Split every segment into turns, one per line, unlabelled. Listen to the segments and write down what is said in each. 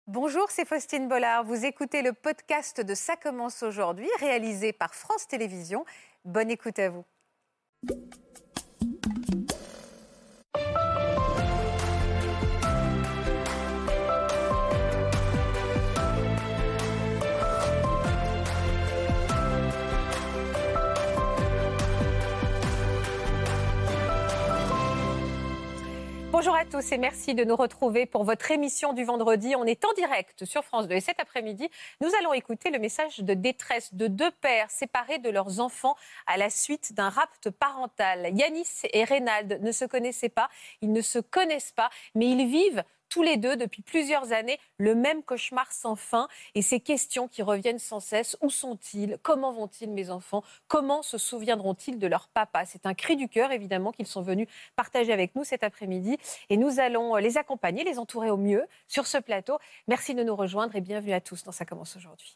Bonjour, c'est Faustine Bollard. Vous écoutez le podcast de Ça commence aujourd'hui, réalisé par France Télévisions. Bonne écoute à vous. Bonjour à tous et merci de nous retrouver pour votre émission du vendredi. On est en direct sur France 2 et cet après-midi, nous allons écouter le message de détresse de deux pères séparés de leurs enfants à la suite d'un rapt parental. Yanis et Reynald ne se connaissaient pas, ils ne se connaissent pas, mais ils vivent tous les deux, depuis plusieurs années, le même cauchemar sans fin et ces questions qui reviennent sans cesse. Où sont-ils ? Comment vont-ils, mes enfants ? Comment se souviendront-ils de leur papa ? C'est un cri du cœur, évidemment, qu'ils sont venus partager avec nous cet après-midi. Et nous allons les accompagner, les entourer au mieux sur ce plateau. Merci de nous rejoindre et bienvenue à tous dans Ça commence aujourd'hui.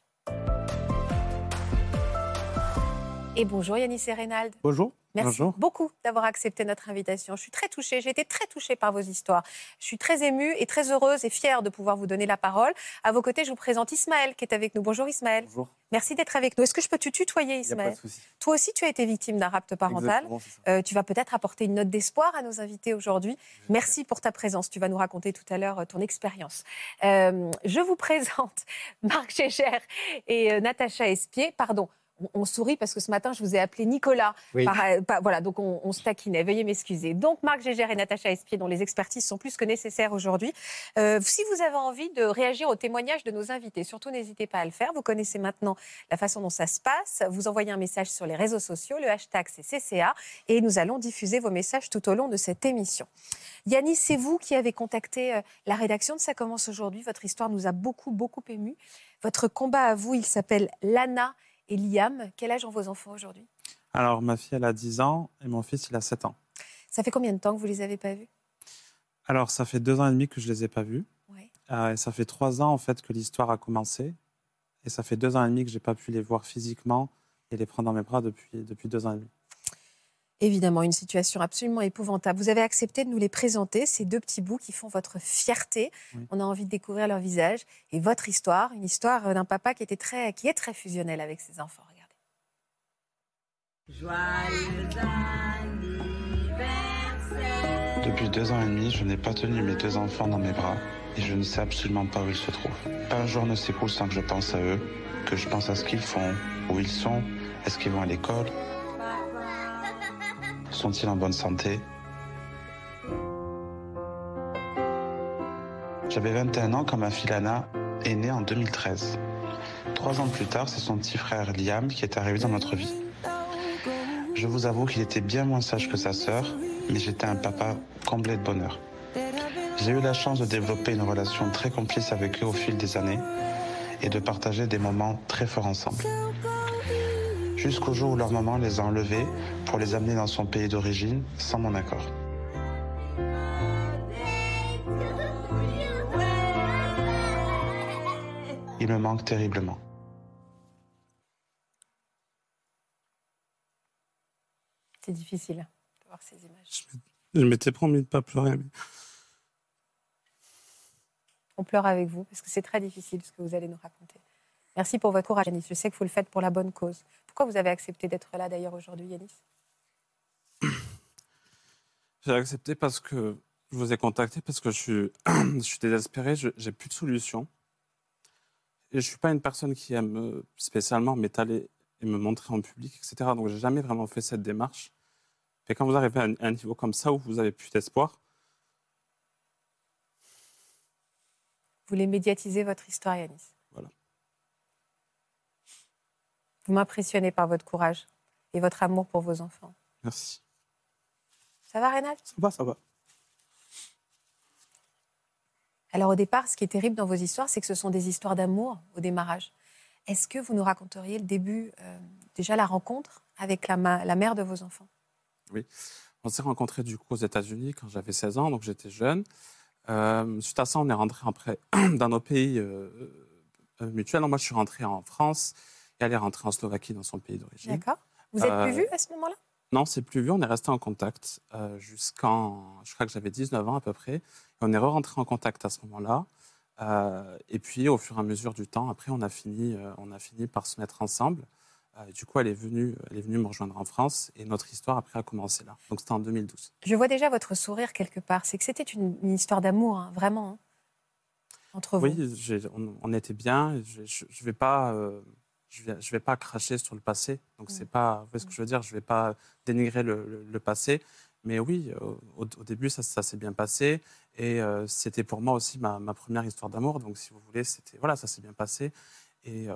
Et bonjour Yanis et Reynald.
Bonjour.
Merci
Bonjour.
beaucoup d'avoir accepté notre invitation. Je suis très touchée, j'ai été très touchée par vos histoires. Je suis très émue et très heureuse et fière de pouvoir vous donner la parole. À vos côtés, je vous présente Ismaël qui est avec nous. Bonjour Ismaël.
Bonjour.
Merci d'être avec nous. Est-ce que je peux te tutoyer, Ismaël ?
Il n'y a pas de souci.
Toi aussi, tu as été victime d'un rapt parental. Tu vas peut-être apporter une note d'espoir à nos invités aujourd'hui. Merci pour ta présence. Tu vas nous raconter tout à l'heure ton expérience. Je vous présente Marc Gégère et Natacha Espier. Pardon. On sourit parce que ce matin, je vous ai appelé Nicolas.
Oui.
Voilà, donc on se taquinait. Veuillez m'excuser. Donc, Marc Gégère et Natacha Espier, dont les expertises sont plus que nécessaires aujourd'hui. Si vous avez envie de réagir aux témoignages de nos invités, surtout n'hésitez pas à le faire. Vous connaissez maintenant la façon dont ça se passe. Vous envoyez un message sur les réseaux sociaux. Le hashtag, c'est CCA. Et nous allons diffuser vos messages tout au long de cette émission. Yanis, c'est vous qui avez contacté la rédaction de Ça commence aujourd'hui. Votre histoire nous a beaucoup, beaucoup émus. Votre combat à vous, il s'appelle Lana et Liam. Quel âge ont vos enfants aujourd'hui ?
Alors, ma fille, elle a 10 ans et mon fils, il a 7 ans.
Ça fait combien de temps que vous ne les avez pas vus ?
Alors, ça fait 2 ans et demi que je ne les ai pas vus.
Ouais.
Et ça fait 3 ans, en fait, que l'histoire a commencé. Et ça fait 2 ans et demi que je n'ai pas pu les voir physiquement et les prendre dans mes bras depuis 2 ans et demi.
Évidemment, une situation absolument épouvantable. Vous avez accepté de nous les présenter, ces deux petits bouts qui font votre fierté. Oui. On a envie de découvrir leur visage et votre histoire, une histoire d'un papa qui est très fusionnel avec ses enfants. Regardez.
Joyeux anniversaire.
Depuis 2 ans et demi, je n'ai pas tenu mes 2 enfants dans mes bras et je ne sais absolument pas où ils se trouvent. Pas un jour ne s'écoule sans que je pense à eux, que je pense à ce qu'ils font, où ils sont, est-ce qu'ils vont à l'école ? Sont-ils en bonne santé ? J'avais 21 ans quand ma fille Lana est née en 2013. 3 ans plus tard, c'est son petit frère Liam qui est arrivé dans notre vie. Je vous avoue qu'il était bien moins sage que sa sœur, mais j'étais un papa comblé de bonheur. J'ai eu la chance de développer une relation très complice avec eux au fil des années et de partager des moments très forts ensemble. Jusqu'au jour où leur maman les a enlevés pour les amener dans son pays d'origine sans mon accord. Il me manque terriblement.
C'est difficile de voir ces images.
Je m'étais promis de ne pas pleurer. Mais...
On pleure avec vous parce que c'est très difficile ce que vous allez nous raconter. Merci pour votre courage, Yanis. Je sais que vous le faites pour la bonne cause. Pourquoi vous avez accepté d'être là, d'ailleurs, aujourd'hui, Yanis ?
J'ai accepté parce que je vous ai contacté, parce que je suis désespéré, je n'ai plus de solution. Et je ne suis pas une personne qui aime spécialement m'étaler et me montrer en public, etc. Donc, je n'ai jamais vraiment fait cette démarche. Mais quand vous arrivez à un niveau comme ça, où vous n'avez plus d'espoir...
Vous voulez médiatiser votre histoire, Yanis ?
Voilà.
Vous m'impressionnez par votre courage et votre amour pour vos enfants.
Merci.
Ça va, Reynald ?
Ça va.
Alors au départ, ce qui est terrible dans vos histoires, c'est que ce sont des histoires d'amour au démarrage. Est-ce que vous nous raconteriez le début, déjà la rencontre avec la mère de vos enfants ?
Oui. On s'est rencontrés du coup aux États-Unis quand j'avais 16 ans, donc j'étais jeune. Suite à ça, on est rentrés après dans nos pays mutuels. Moi, je suis rentré en France et elle est rentrée en Slovaquie, dans son pays d'origine.
D'accord. Vous êtes plus vus à ce moment-là ?
Non, c'est plus vu. On est resté en contact jusqu'en... Je crois que j'avais 19 ans à peu près. Et on est re-rentré en contact à ce moment-là. Et puis, au fur et à mesure du temps, après, on a fini par se mettre ensemble. Du coup, elle est venue me rejoindre en France et notre histoire, après, a commencé là. Donc, c'était en 2012.
Je vois déjà votre sourire quelque part. C'est que c'était une histoire d'amour, hein, vraiment, hein, entre vous.
Oui, on était bien. Je vais pas... je vais pas cracher sur le passé. Donc, c'est pas... Vous voyez ce que je veux dire? Je vais pas dénigrer le passé. Mais oui, au début, ça s'est bien passé. Et c'était pour moi aussi ma première histoire d'amour. Donc, si vous voulez, voilà, ça s'est bien passé. Et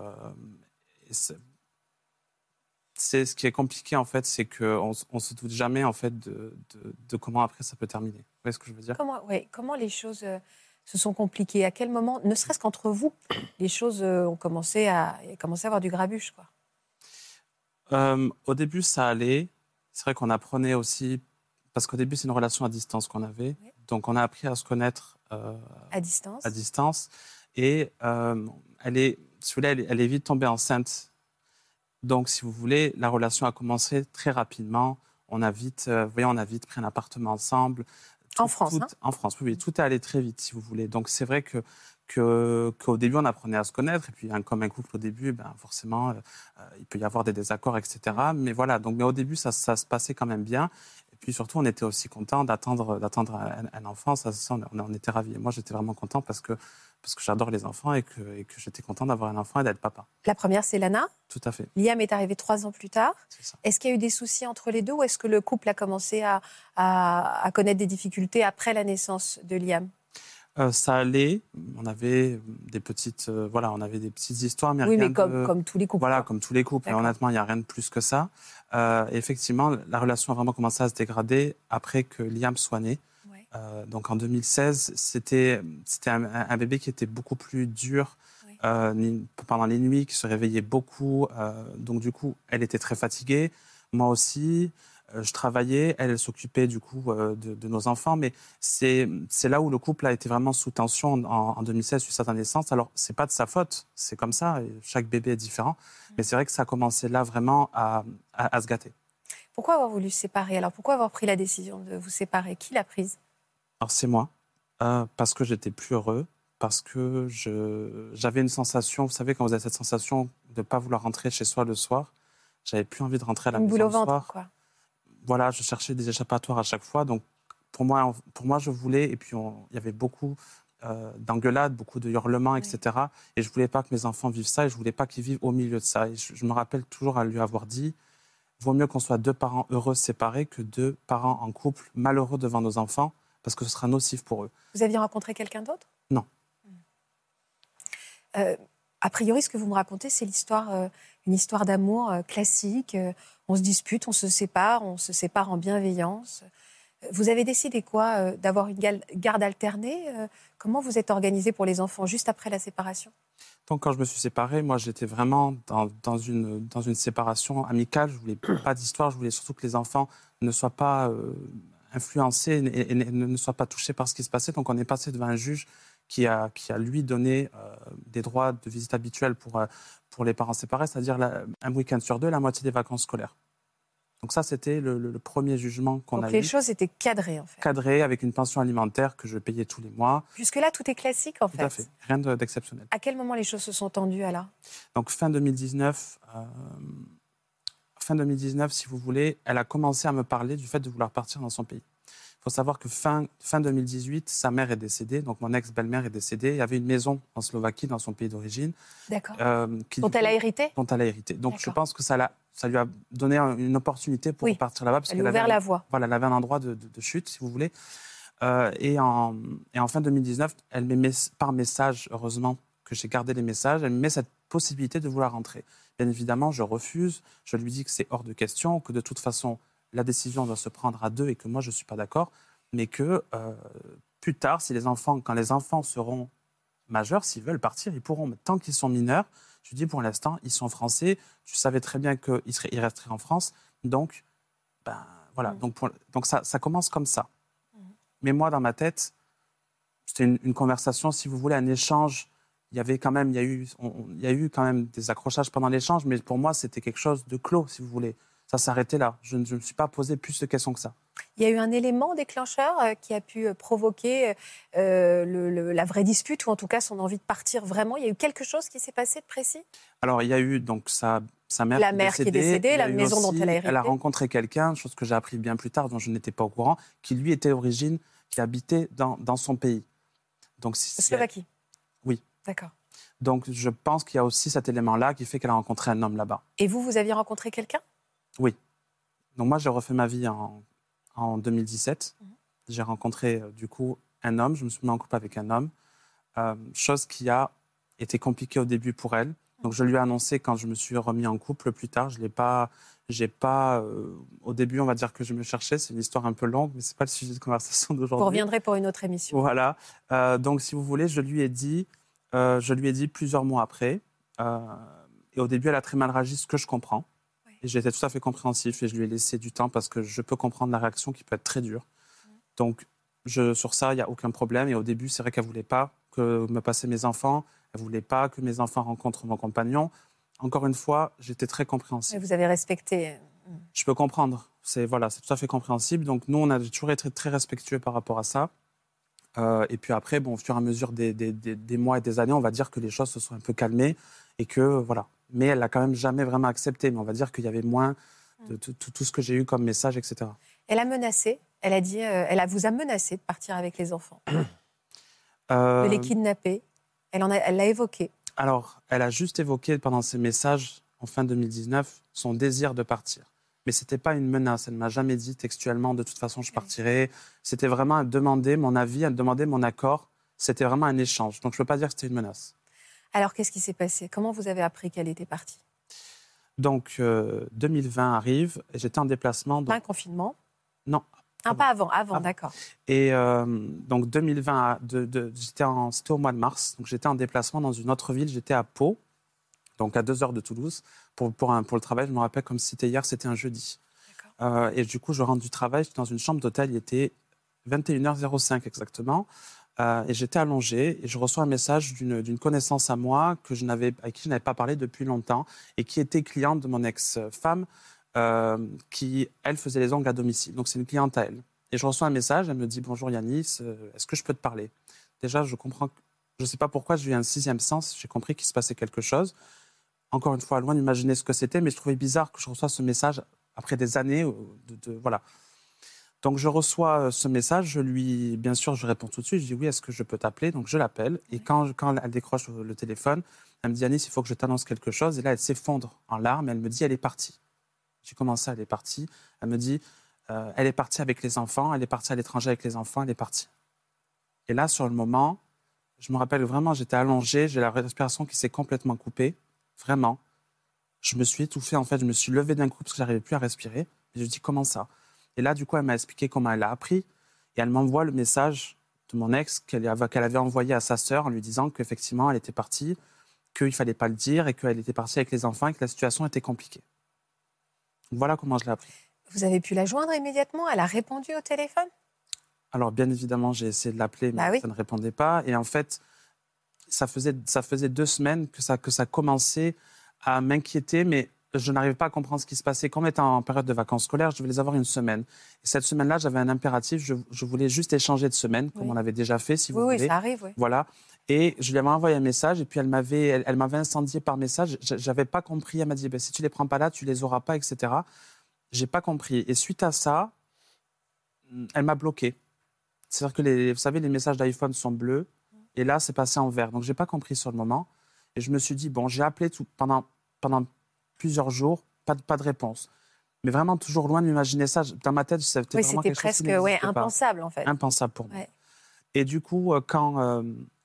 c'est ce qui est compliqué, en fait, c'est qu'on ne se doute jamais, en fait, de comment après ça peut terminer. Vous voyez ce que je veux dire?
Comment les choses se sont compliquées? À quel moment, ne serait-ce qu'entre vous, les choses ont commencé à avoir du grabuge, quoi?
Au début, ça allait. C'est vrai qu'on apprenait aussi, parce qu'au début, c'est une relation à distance qu'on avait.
Oui.
Donc, on a appris à se connaître
À distance.
à distance. Et si vous voulez, elle est vite tombée enceinte. Donc, si vous voulez, la relation a commencé très rapidement. On a vite pris un appartement ensemble.
En France, hein?
En France, oui, tout est allé très vite, si vous voulez. Donc, c'est vrai qu'au début, on apprenait à se connaître. Et puis, comme un couple au début, forcément, il peut y avoir des désaccords, etc. Mais voilà, mais au début, ça se passait quand même bien. Et puis, surtout, on était aussi contents d'attendre un enfant. On était ravis. Et moi, j'étais vraiment content parce que j'adore les enfants et que j'étais content d'avoir un enfant et d'être papa.
La première, c'est Lana.
Tout à fait.
Liam est arrivé 3 ans plus tard.
C'est ça.
Est-ce qu'il y a eu des soucis entre les deux ou est-ce que le couple a commencé à connaître des difficultés après la naissance de Liam?
Ça allait. On avait des petites, histoires, mais
oui,
rien
mais comme tous les couples.
Voilà,
quoi.
comme tous les couples. Et honnêtement, il n'y a rien de plus que ça. Et effectivement, la relation a vraiment commencé à se dégrader après que Liam soit né.
Ouais.
Donc en 2016, c'était un bébé qui était beaucoup plus dur pendant les nuits, qui se réveillait beaucoup. Donc du coup, elle était très fatiguée. Moi aussi. Je travaillais, elle s'occupait du coup de nos enfants, mais c'est là où le couple a été vraiment sous tension en 2016 suite à sa naissance. Alors, c'est pas de sa faute, c'est comme ça, et chaque bébé est différent, mais c'est vrai que ça a commencé là vraiment à se gâter.
Pourquoi avoir voulu se séparer? Alors, pourquoi avoir pris la décision de vous séparer? Qui l'a prise?
Alors, c'est moi, parce que j'étais plus heureux, parce que j'avais une sensation, vous savez, quand vous avez cette sensation de ne pas vouloir rentrer chez soi le soir, j'avais plus envie de rentrer à la maison le soir.
Une boule au ventre, quoi.
Voilà, je cherchais des échappatoires à chaque fois. Donc, pour moi je voulais. Et puis, il y avait beaucoup d'engueulades, beaucoup de hurlements, etc. Et je ne voulais pas que mes enfants vivent ça. Et je ne voulais pas qu'ils vivent au milieu de ça. Et je me rappelle toujours à lui avoir dit, vaut mieux qu'on soit 2 parents heureux séparés que 2 parents en couple malheureux devant nos enfants, parce que ce sera nocif pour eux.
Vous aviez rencontré quelqu'un d'autre?
Non.
A priori, ce que vous me racontez, c'est une histoire d'amour classique. On se dispute, on se sépare en bienveillance. Vous avez décidé quoi? D'avoir une garde alternée? Comment vous êtes organisé pour les enfants juste après la séparation?
Donc, quand je me suis séparé, moi, j'étais vraiment dans une séparation amicale. Je ne voulais pas d'histoire. Je voulais surtout que les enfants ne soient pas influencés et ne soient pas touchés par ce qui se passait. Donc, on est passé devant un juge qui a lui donné des droits de visite habituels pour les parents séparés, c'est-à-dire un week-end sur 2, la moitié des vacances scolaires. Donc ça, c'était le premier jugement qu'on a eu.
Donc les choses étaient cadrées, en fait.
Cadrées, avec une pension alimentaire que je payais tous les mois.
Jusque-là, tout est classique, en fait.
Tout à fait, rien d'exceptionnel.
À quel moment les choses se sont tendues, alors?
Donc fin 2019, si vous voulez, elle a commencé à me parler du fait de vouloir partir dans son pays. Il faut savoir que fin 2018, sa mère est décédée, donc mon ex-belle-mère est décédée. Il y avait une maison en Slovaquie, dans son pays d'origine.
D'accord. Dont elle a hérité?
Dont elle a hérité. Donc je pense que ça lui a donné une opportunité pour partir là-bas.
Elle a ouvert la voie.
Voilà, elle avait un endroit de chute, si vous voulez. Et en fin 2019, elle me met par message, heureusement que j'ai gardé les messages, elle me met cette possibilité de vouloir rentrer. Bien évidemment, je refuse. Je lui dis que c'est hors de question, que de toute façon, la décision doit se prendre à 2 et que moi, je ne suis pas d'accord, mais que plus tard, quand les enfants seront majeurs, s'ils veulent partir, ils pourront. Mais tant qu'ils sont mineurs, je dis pour l'instant, ils sont français. Tu savais très bien qu'ils resteraient en France. Donc, voilà. Donc ça commence comme ça. Mais moi, dans ma tête, c'était une conversation, si vous voulez, un échange. Il y a eu quand même des accrochages pendant l'échange, mais pour moi, c'était quelque chose de clos, si vous voulez. Ça s'arrêtait là. Je ne me suis pas posé plus de questions que ça.
Il y a eu un élément déclencheur qui a pu provoquer la vraie dispute, ou en tout cas son envie de partir vraiment. Il y a eu quelque chose qui s'est passé de précis?
Alors, il y a eu donc sa mère,
La mère qui est décédée, la maison dont elle a hérité.
Elle a rencontré quelqu'un, chose que j'ai appris bien plus tard, dont je n'étais pas au courant, qui lui était d'origine, qui habitait dans son pays. Donc,
Slovaquie.
Oui.
D'accord.
Donc, je pense qu'il y a aussi cet élément-là qui fait qu'elle a rencontré un homme là-bas.
Et vous aviez rencontré quelqu'un?
Oui. Donc, moi, j'ai refait ma vie en 2017. J'ai rencontré, du coup, un homme. Je me suis mis en couple avec un homme. Chose qui a été compliquée au début pour elle. Donc, je lui ai annoncé quand je me suis remis en couple plus tard. Au début, on va dire que je me cherchais. C'est une histoire un peu longue, mais ce n'est pas le sujet de conversation d'aujourd'hui.
Vous reviendrez pour une autre émission.
Voilà. Donc, si vous voulez, je lui ai dit plusieurs mois après. Et au début, elle a très mal réagi, ce que je comprends. Oui. Et j'étais tout à fait compréhensif et je lui ai laissé du temps parce que je peux comprendre la réaction qui peut être très dure. Donc, sur ça, il n'y a aucun problème. Et au début, c'est vrai qu'elle ne voulait pas me passer mes enfants. Elle ne voulait pas que mes enfants rencontrent mon compagnon. Encore une fois, j'étais très compréhensif.
Et vous avez respecté.
Je peux comprendre. C'est tout à fait compréhensible. Donc, nous, on a toujours été très respectueux par rapport à ça. Et puis après, au fur et à mesure des mois et des années, on va dire que les choses se sont un peu calmées et que, voilà. Mais elle n'a quand même jamais vraiment accepté. Mais on va dire qu'il y avait moins de tout ce que j'ai eu comme message, etc.
Elle a menacé. Elle a dit, vous a menacé de partir avec les enfants, de les kidnapper. Elle l'a évoqué.
Alors, elle a juste évoqué pendant ses messages, en fin 2019, son désir de partir. Mais ce n'était pas une menace. Elle ne m'a jamais dit textuellement, de toute façon, je partirai. C'était vraiment, elle demandait mon avis, elle demandait mon accord. C'était vraiment un échange. Donc, je ne peux pas dire que c'était une menace.
Alors, qu'est-ce qui s'est passé? Comment vous avez appris qu'elle était partie?
Donc, 2020 arrive, et j'étais en déplacement.
Pas un confinement?
Non.
Pas avant, d'accord.
Et donc, 2020, c'était au mois de mars. Donc, j'étais en déplacement dans une autre ville. J'étais à Pau, donc à 2 heures de Toulouse, pour le travail. Je me rappelle comme si c'était hier, c'était un jeudi. Et du coup, je rentre du travail, j'étais dans une chambre d'hôtel. Il était 21h05 exactement. Et j'étais allongé et je reçois un message d'une connaissance à moi avec qui je n'avais pas parlé depuis longtemps et qui était cliente de mon ex-femme qui, elle, faisait les ongles à domicile. Donc, c'est une cliente à elle. Et je reçois un message, elle me dit « Bonjour Yanis, est-ce que je peux te parler ?» Déjà, je comprends, je ne sais pas pourquoi, j'ai eu un sixième sens, j'ai compris qu'il se passait quelque chose. Encore une fois, loin d'imaginer ce que c'était, mais je trouvais bizarre que je reçoiis ce message après des années voilà. Donc, je reçois ce message, bien sûr, je réponds tout de suite, je dis « Oui, est-ce que je peux t'appeler ?» Donc, je l'appelle, et quand elle décroche le téléphone, elle me dit « Yanis, il faut que je t'annonce quelque chose », et là, elle s'effondre en larmes, elle me dit « Elle est partie ». J'ai commencé, elle est partie, elle me dit « Elle est partie avec les enfants, elle est partie à l'étranger avec les enfants, elle est partie ». Et là, sur le moment, je me rappelle vraiment, j'étais allongé, j'ai la respiration qui s'est complètement coupée, vraiment. Je me suis étouffé, en fait, je me suis levé d'un coup parce que je n'arrivais plus à respirer. Et je dis « Comment ça ?» Et là, du coup, elle m'a expliqué comment elle a appris. Et elle m'envoie le message de mon ex qu'elle avait envoyé à sa sœur en lui disant qu'effectivement, elle était partie, qu'il ne fallait pas le dire et qu'elle était partie avec les enfants et que la situation était compliquée. Donc, voilà comment je l'ai appris.
Vous avez pu la joindre immédiatement? Elle a répondu au téléphone?
Alors, bien évidemment, j'ai essayé de l'appeler, mais ça ne répondait pas. Et en fait, ça faisait 2 semaines que ça commençait à m'inquiéter, mais je n'arrivais pas à comprendre ce qui se passait. Quand on était en période de vacances scolaires, je devais les avoir une semaine. Et cette semaine-là, j'avais un impératif. Je voulais juste échanger de semaine, comme on avait déjà fait, si vous voulez.
Oui, ça arrive, oui.
Voilà. Et je lui avais envoyé un message, et puis elle m'avait incendié par message. Je n'avais pas compris. Elle m'a dit si tu ne les prends pas là, tu ne les auras pas, etc. Je n'ai pas compris. Et suite à ça, elle m'a bloqué. C'est-à-dire que, vous savez, les messages d'iPhone sont bleus, et là, c'est passé en vert. Donc, je n'ai pas compris sur le moment. Et je me suis dit, j'ai appelé pendant plusieurs jours, pas de réponse. Mais vraiment, toujours loin de m'imaginer ça. Dans ma tête, c'était vraiment quelque chose qui n'existait pas.
C'était presque impensable, en fait.
Impensable pour moi. Ouais. Et du coup, quand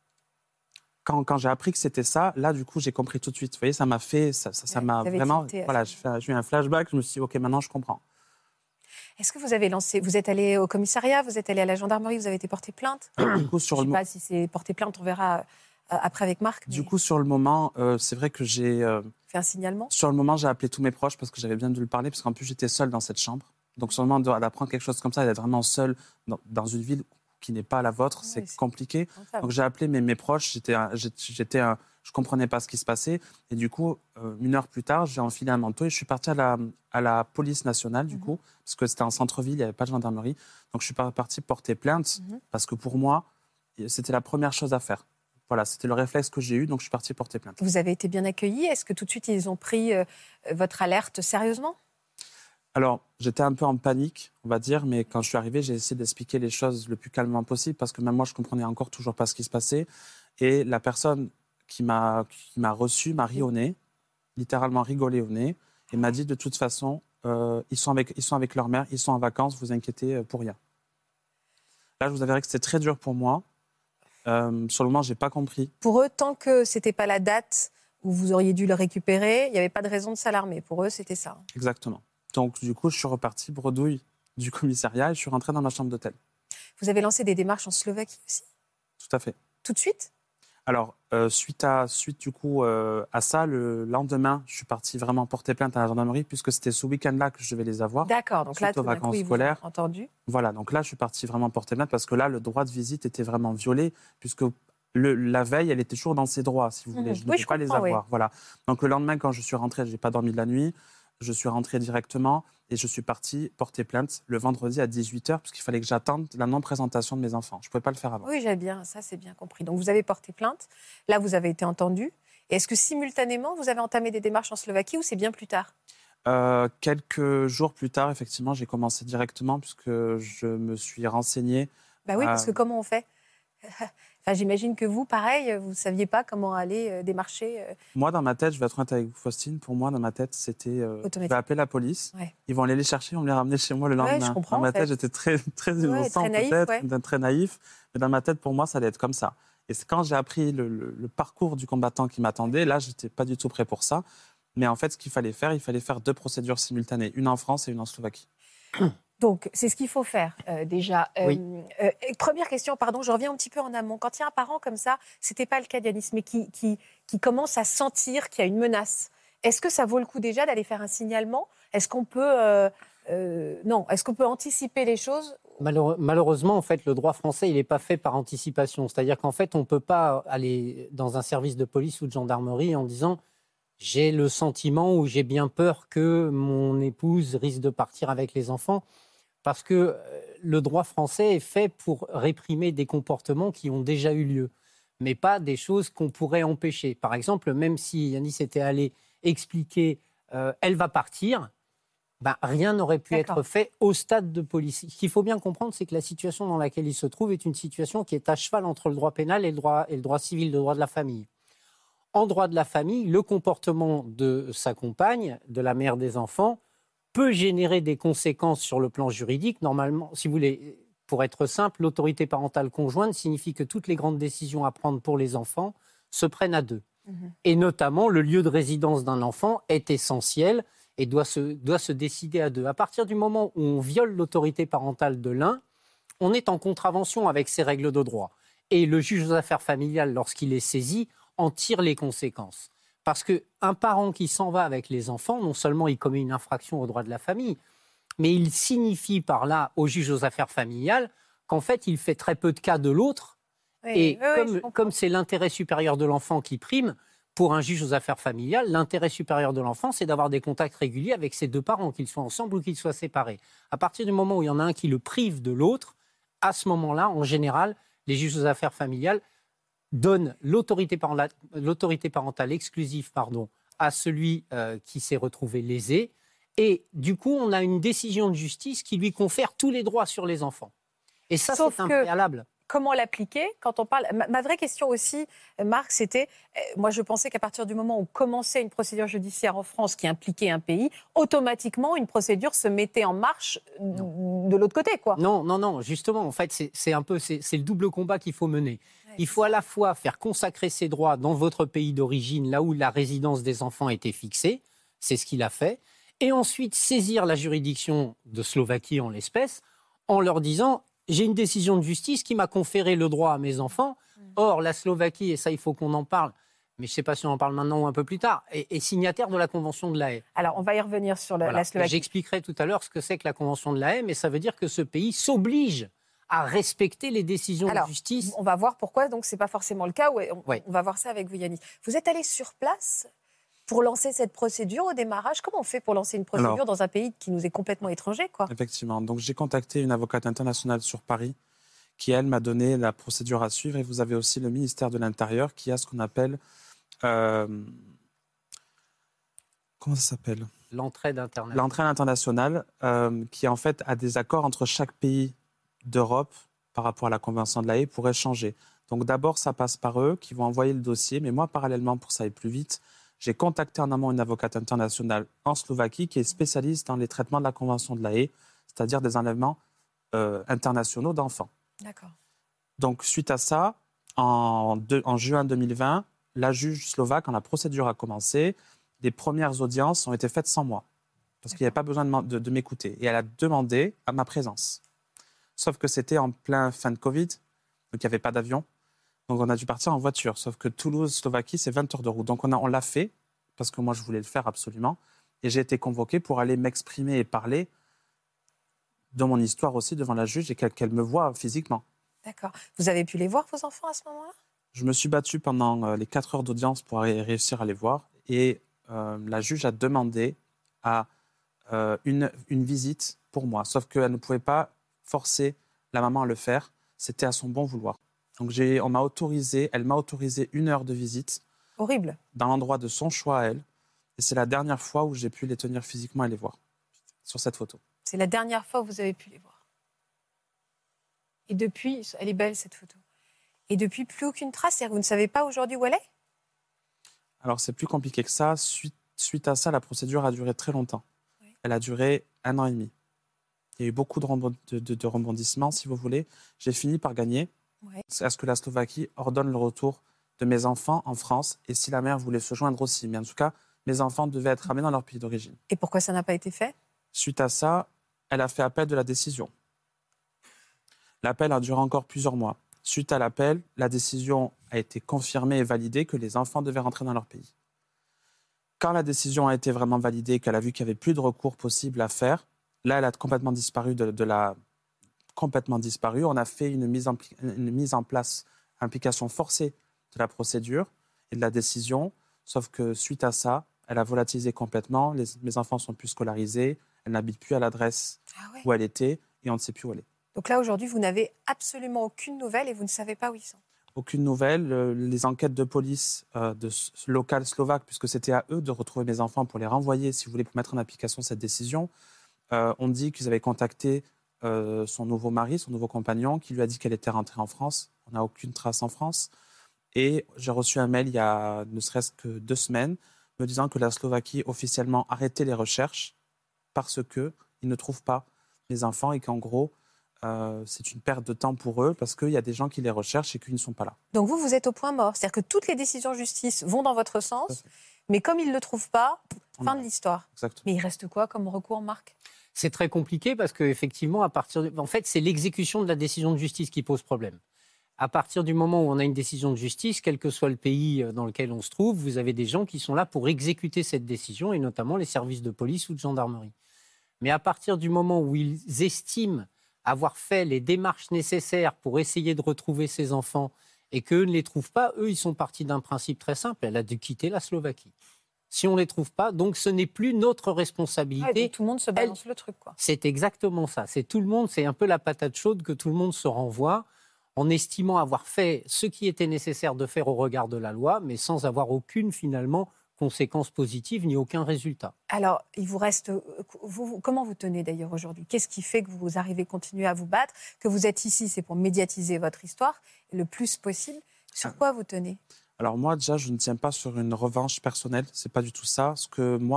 j'ai appris que c'était ça, là, du coup, j'ai compris tout de suite. Vous voyez, ça m'a fait... Ça m'a vraiment... Voilà, j'ai eu un flashback. Je me suis dit, OK, maintenant, je comprends.
Est-ce que vous avez lancé... Vous êtes allé au commissariat, vous êtes allé à la gendarmerie, vous avez été porté plainte? Du coup, je ne sais pas si c'est porté plainte, on verra après avec Marc.
Du coup, sur le moment, c'est vrai que j'ai...
fait un signalement? Sur
le moment, j'ai appelé tous mes proches parce que j'avais besoin de lui parler, parce qu'en plus, j'étais seul dans cette chambre. Donc, sur le moment d'apprendre quelque chose comme ça, d'être vraiment seul dans une ville qui n'est pas la vôtre, c'est compliqué. Donc, j'ai appelé mes proches. Je ne comprenais pas ce qui se passait. Et du coup, 1 heure plus tard, j'ai enfilé un manteau et je suis parti à la police nationale, du coup, parce que c'était en centre-ville, il n'y avait pas de gendarmerie. Donc, je suis parti porter plainte parce que pour moi, c'était la première chose à faire. Voilà, c'était le réflexe que j'ai eu, donc je suis parti porter plainte.
Vous avez été bien accueilli. Est-ce que tout de suite, ils ont pris votre alerte sérieusement ?
Alors, j'étais un peu en panique, on va dire, mais quand je suis arrivé, j'ai essayé d'expliquer les choses le plus calmement possible parce que même moi, je ne comprenais encore toujours pas ce qui se passait. Et la personne qui m'a reçu m'a ri au nez, littéralement rigolé au nez, et m'a dit de toute façon, ils sont avec leur mère, ils sont en vacances, vous inquiétez pour rien. Là, je vous avouerai que c'était très dur pour moi. Sur le moment, je n'ai pas compris.
Pour eux, tant que ce n'était pas la date où vous auriez dû le récupérer, il n'y avait pas de raison de s'alarmer. Pour eux, c'était ça.
Exactement. Donc, du coup, je suis reparti bredouille du commissariat et je suis rentré dans ma chambre d'hôtel.
Vous avez lancé des démarches en Slovaquie aussi ?
Tout à fait.
Tout de suite ?
Alors, suite à ça, le lendemain, je suis parti vraiment porter plainte à la gendarmerie puisque c'était ce week-end-là que je devais les avoir.
D'accord, donc là, tout d'un coup, ils vous ont entendu.
Voilà, donc là, je suis parti vraiment porter plainte parce que là, le droit de visite était vraiment violé puisque la veille, elle était toujours dans ses droits, si vous voulez. Je ne pouvais pas les avoir. Oui. Voilà. Donc le lendemain, quand je suis rentré, je n'ai pas dormi de la nuit. Je suis rentré directement et je suis parti porter plainte le vendredi à 18h puisqu'il fallait que j'attende la non-présentation de mes enfants. Je ne pouvais pas le faire avant.
Oui, j'ai bien, ça c'est bien compris. Donc vous avez porté plainte, là vous avez été entendu. Et est-ce que simultanément vous avez entamé des démarches en Slovaquie ou c'est bien plus tard ?
Quelques jours plus tard, effectivement, j'ai commencé directement puisque je me suis renseigné.
Bah oui, parce que comment on fait ? Enfin, j'imagine que vous, pareil, vous ne saviez pas comment aller démarcher.
Moi, dans ma tête, je vais être honnête avec vous, Faustine, pour moi, dans ma tête, c'était je vais appeler la police, ils vont aller les chercher, on va les ramener chez moi le lendemain.
Je comprends,
dans ma tête, j'étais très, très innocent, très naïf, peut-être, très naïf, mais dans ma tête, pour moi, ça allait être comme ça. Et c'est quand j'ai appris le parcours du combattant qui m'attendait, là, je n'étais pas du tout prêt pour ça. Mais en fait, ce qu'il fallait faire, il fallait faire 2 procédures simultanées, une en France et une en Slovaquie.
Donc, c'est ce qu'il faut faire déjà.
Oui.
Première question, pardon, je reviens un petit peu en amont. Quand il y a un parent comme ça, ce n'était pas le cas d'Yanis, mais qui commence à sentir qu'il y a une menace, est-ce que ça vaut le coup déjà d'aller faire un signalement ? Est-ce qu'on peut, est-ce qu'on peut anticiper les choses ?
Malheureusement, en fait, le droit français, il n'est pas fait par anticipation. C'est-à-dire qu'en fait, on ne peut pas aller dans un service de police ou de gendarmerie en disant « j'ai le sentiment ou j'ai bien peur que mon épouse risque de partir avec les enfants ». Parce que le droit français est fait pour réprimer des comportements qui ont déjà eu lieu, mais pas des choses qu'on pourrait empêcher. Par exemple, même si Yanis était allé expliquer « elle va partir », rien n'aurait pu être fait au stade de police. Ce qu'il faut bien comprendre, c'est que la situation dans laquelle il se trouve est une situation qui est à cheval entre le droit pénal et le droit civil, le droit de la famille. En droit de la famille, le comportement de sa compagne, de la mère des enfants, peut générer des conséquences sur le plan juridique. Normalement, si vous voulez, pour être simple, l'autorité parentale conjointe signifie que toutes les grandes décisions à prendre pour les enfants se prennent à 2. Et notamment, le lieu de résidence d'un enfant est essentiel et doit se décider à 2. À partir du moment où on viole l'autorité parentale de l'un, on est en contravention avec ces règles de droit. Et le juge aux affaires familiales, lorsqu'il est saisi, en tire les conséquences. Parce qu'un parent qui s'en va avec les enfants, non seulement il commet une infraction au droit de la famille, mais il signifie par là au juge aux affaires familiales qu'en fait, il fait très peu de cas de l'autre. Et comme c'est l'intérêt supérieur de l'enfant qui prime, pour un juge aux affaires familiales, l'intérêt supérieur de l'enfant, c'est d'avoir des contacts réguliers avec ses 2 parents, qu'ils soient ensemble ou qu'ils soient séparés. À partir du moment où il y en a un qui le prive de l'autre, à ce moment-là, en général, les juges aux affaires familiales donne l'autorité parentale exclusive à celui qui s'est retrouvé lésé. Et du coup, on a une décision de justice qui lui confère tous les droits sur les enfants. Et ça, c'est un préalable.
Comment l'appliquer quand on parle... Ma vraie question aussi, Marc, c'était... Moi, je pensais qu'à partir du moment où commençait une procédure judiciaire en France qui impliquait un pays, automatiquement, une procédure se mettait en marche de l'autre côté, quoi.
Non. Justement, en fait, c'est le double combat qu'il faut mener. Il faut à la fois faire consacrer ses droits dans votre pays d'origine, là où la résidence des enfants était fixée, c'est ce qu'il a fait, et ensuite saisir la juridiction de Slovaquie en l'espèce, en leur disant « j'ai une décision de justice qui m'a conféré le droit à mes enfants ». Or, la Slovaquie, et ça il faut qu'on en parle, mais je ne sais pas si on en parle maintenant ou un peu plus tard, est signataire de la Convention de La Haye.
Alors, on va y revenir sur la Slovaquie.
J'expliquerai tout à l'heure ce que c'est que la Convention de La Haye, mais ça veut dire que ce pays s'oblige à respecter les décisions
Alors,
de justice.
on va voir pourquoi, donc c'est pas forcément le cas.
Oui.
On va voir ça avec vous, Yannis. Vous êtes allé sur place pour lancer cette procédure au démarrage. Comment on fait pour lancer une procédure dans un pays qui nous est complètement étranger, quoi?
Effectivement. Donc, j'ai contacté une avocate internationale sur Paris qui, elle, m'a donné la procédure à suivre. Et vous avez aussi le ministère de l'Intérieur qui a ce qu'on appelle... comment ça s'appelle ?
L'entraide internationale.
L'entraide internationale, qui en fait a des accords entre chaque pays d'Europe par rapport à la Convention de La Haye pour échanger. Donc d'abord, ça passe par eux qui vont envoyer le dossier. Mais moi, parallèlement, pour que ça aille plus vite, j'ai contacté en amont une avocate internationale en Slovaquie qui est spécialiste dans les traitements de la Convention de La Haye, c'est-à-dire des enlèvements internationaux d'enfants.
D'accord.
Donc suite à ça, en juin 2020, la juge slovaque, quand la procédure a commencé, les premières audiences ont été faites sans moi, parce qu'il n'y avait pas besoin de m'écouter. Et elle a demandé à ma présence. Sauf que c'était en plein fin de Covid, donc il n'y avait pas d'avion. Donc on a dû partir en voiture. Sauf que Toulouse-Slovaquie, c'est 20 heures de route. Donc on l'a fait, parce que moi je voulais le faire absolument. Et j'ai été convoqué pour aller m'exprimer et parler de mon histoire aussi devant la juge et qu'elle me voie physiquement.
D'accord. Vous avez pu les voir, vos enfants, à ce moment-là?
Je me suis battu pendant les 4 heures d'audience pour réussir à les voir. Et la juge a demandé une visite pour moi. Sauf qu'elle ne pouvait pas forcer la maman à le faire. C'était à son bon vouloir. Donc elle m'a autorisé 1 heure de visite.
Horrible.
Dans l'endroit de son choix à elle. Et c'est la dernière fois où j'ai pu les tenir physiquement et les voir. Sur cette photo.
C'est la dernière fois où vous avez pu les voir. Et depuis, elle est belle cette photo. Et depuis, plus aucune trace. C'est-à-dire que vous ne savez pas aujourd'hui où elle est?
Alors c'est plus compliqué que ça. Suite à ça, la procédure a duré très longtemps.
Oui.
Elle a duré 1 an et demi. Il y a eu beaucoup de rebondissements, si vous voulez. J'ai fini par gagner.
Oui.
À ce que la Slovaquie ordonne le retour de mes enfants en France. Et si la mère voulait se joindre aussi. Mais en tout cas, mes enfants devaient être ramenés dans leur pays d'origine.
Et pourquoi ça n'a pas été fait?
Suite à ça, elle a fait appel de la décision. L'appel a duré encore plusieurs mois. Suite à l'appel, la décision a été confirmée et validée que les enfants devaient rentrer dans leur pays. Quand la décision a été vraiment validée, qu'elle a vu qu'il n'y avait plus de recours possible à faire, là, elle a complètement disparu complètement disparu. On a fait une mise en place, implication forcée de la procédure et de la décision, sauf que suite à ça, elle a volatilisé complètement. Mes enfants sont plus scolarisés, elle n'habite plus à l'adresse où elle était et on ne sait plus où elle est.
Donc là, aujourd'hui, vous n'avez absolument aucune nouvelle et vous ne savez pas où ils sont.
Aucune nouvelle. Les enquêtes de police locales slovaques, puisque c'était à eux de retrouver mes enfants pour les renvoyer, si vous voulez, pour mettre en application cette décision, ont dit qu'ils avaient contacté son nouveau mari, son nouveau compagnon, qui lui a dit qu'elle était rentrée en France. On n'a aucune trace en France. Et j'ai reçu un mail il y a ne serait-ce que 2 semaines me disant que la Slovaquie officiellement arrêtait les recherches parce qu'ils ne trouvent pas mes enfants et qu'en gros, c'est une perte de temps pour eux parce qu'il y a des gens qui les recherchent et qu'ils ne sont pas là.
Donc vous êtes au point mort. C'est-à-dire que toutes les décisions de justice vont dans votre sens, mais comme ils ne le trouvent pas, fin de l'histoire.
Exactement.
Mais il reste quoi comme recours, Marc?
C'est très compliqué parce qu'effectivement, en fait, c'est l'exécution de la décision de justice qui pose problème. À partir du moment où on a une décision de justice, quel que soit le pays dans lequel on se trouve, vous avez des gens qui sont là pour exécuter cette décision, et notamment les services de police ou de gendarmerie. Mais à partir du moment où ils estiment avoir fait les démarches nécessaires pour essayer de retrouver ces enfants et qu'eux ne les trouvent pas, eux, ils sont partis d'un principe très simple. Elle a dû quitter la Slovaquie. Si on ne les trouve pas, donc ce n'est plus notre responsabilité.
Ouais, tout le monde se balance le truc, quoi.
C'est exactement ça. C'est tout le monde, c'est un peu la patate chaude que tout le monde se renvoie en estimant avoir fait ce qui était nécessaire de faire au regard de la loi, mais sans avoir aucune, finalement, conséquence positive ni aucun résultat.
Alors, il vous reste... comment vous tenez d'ailleurs aujourd'hui? Qu'est-ce qui fait que vous arrivez à continuer à vous battre? Que vous êtes ici, c'est pour médiatiser votre histoire le plus possible. Sur quoi vous tenez?
Alors moi, déjà, je ne tiens pas sur une revanche personnelle. C'est pas du tout ça. Ce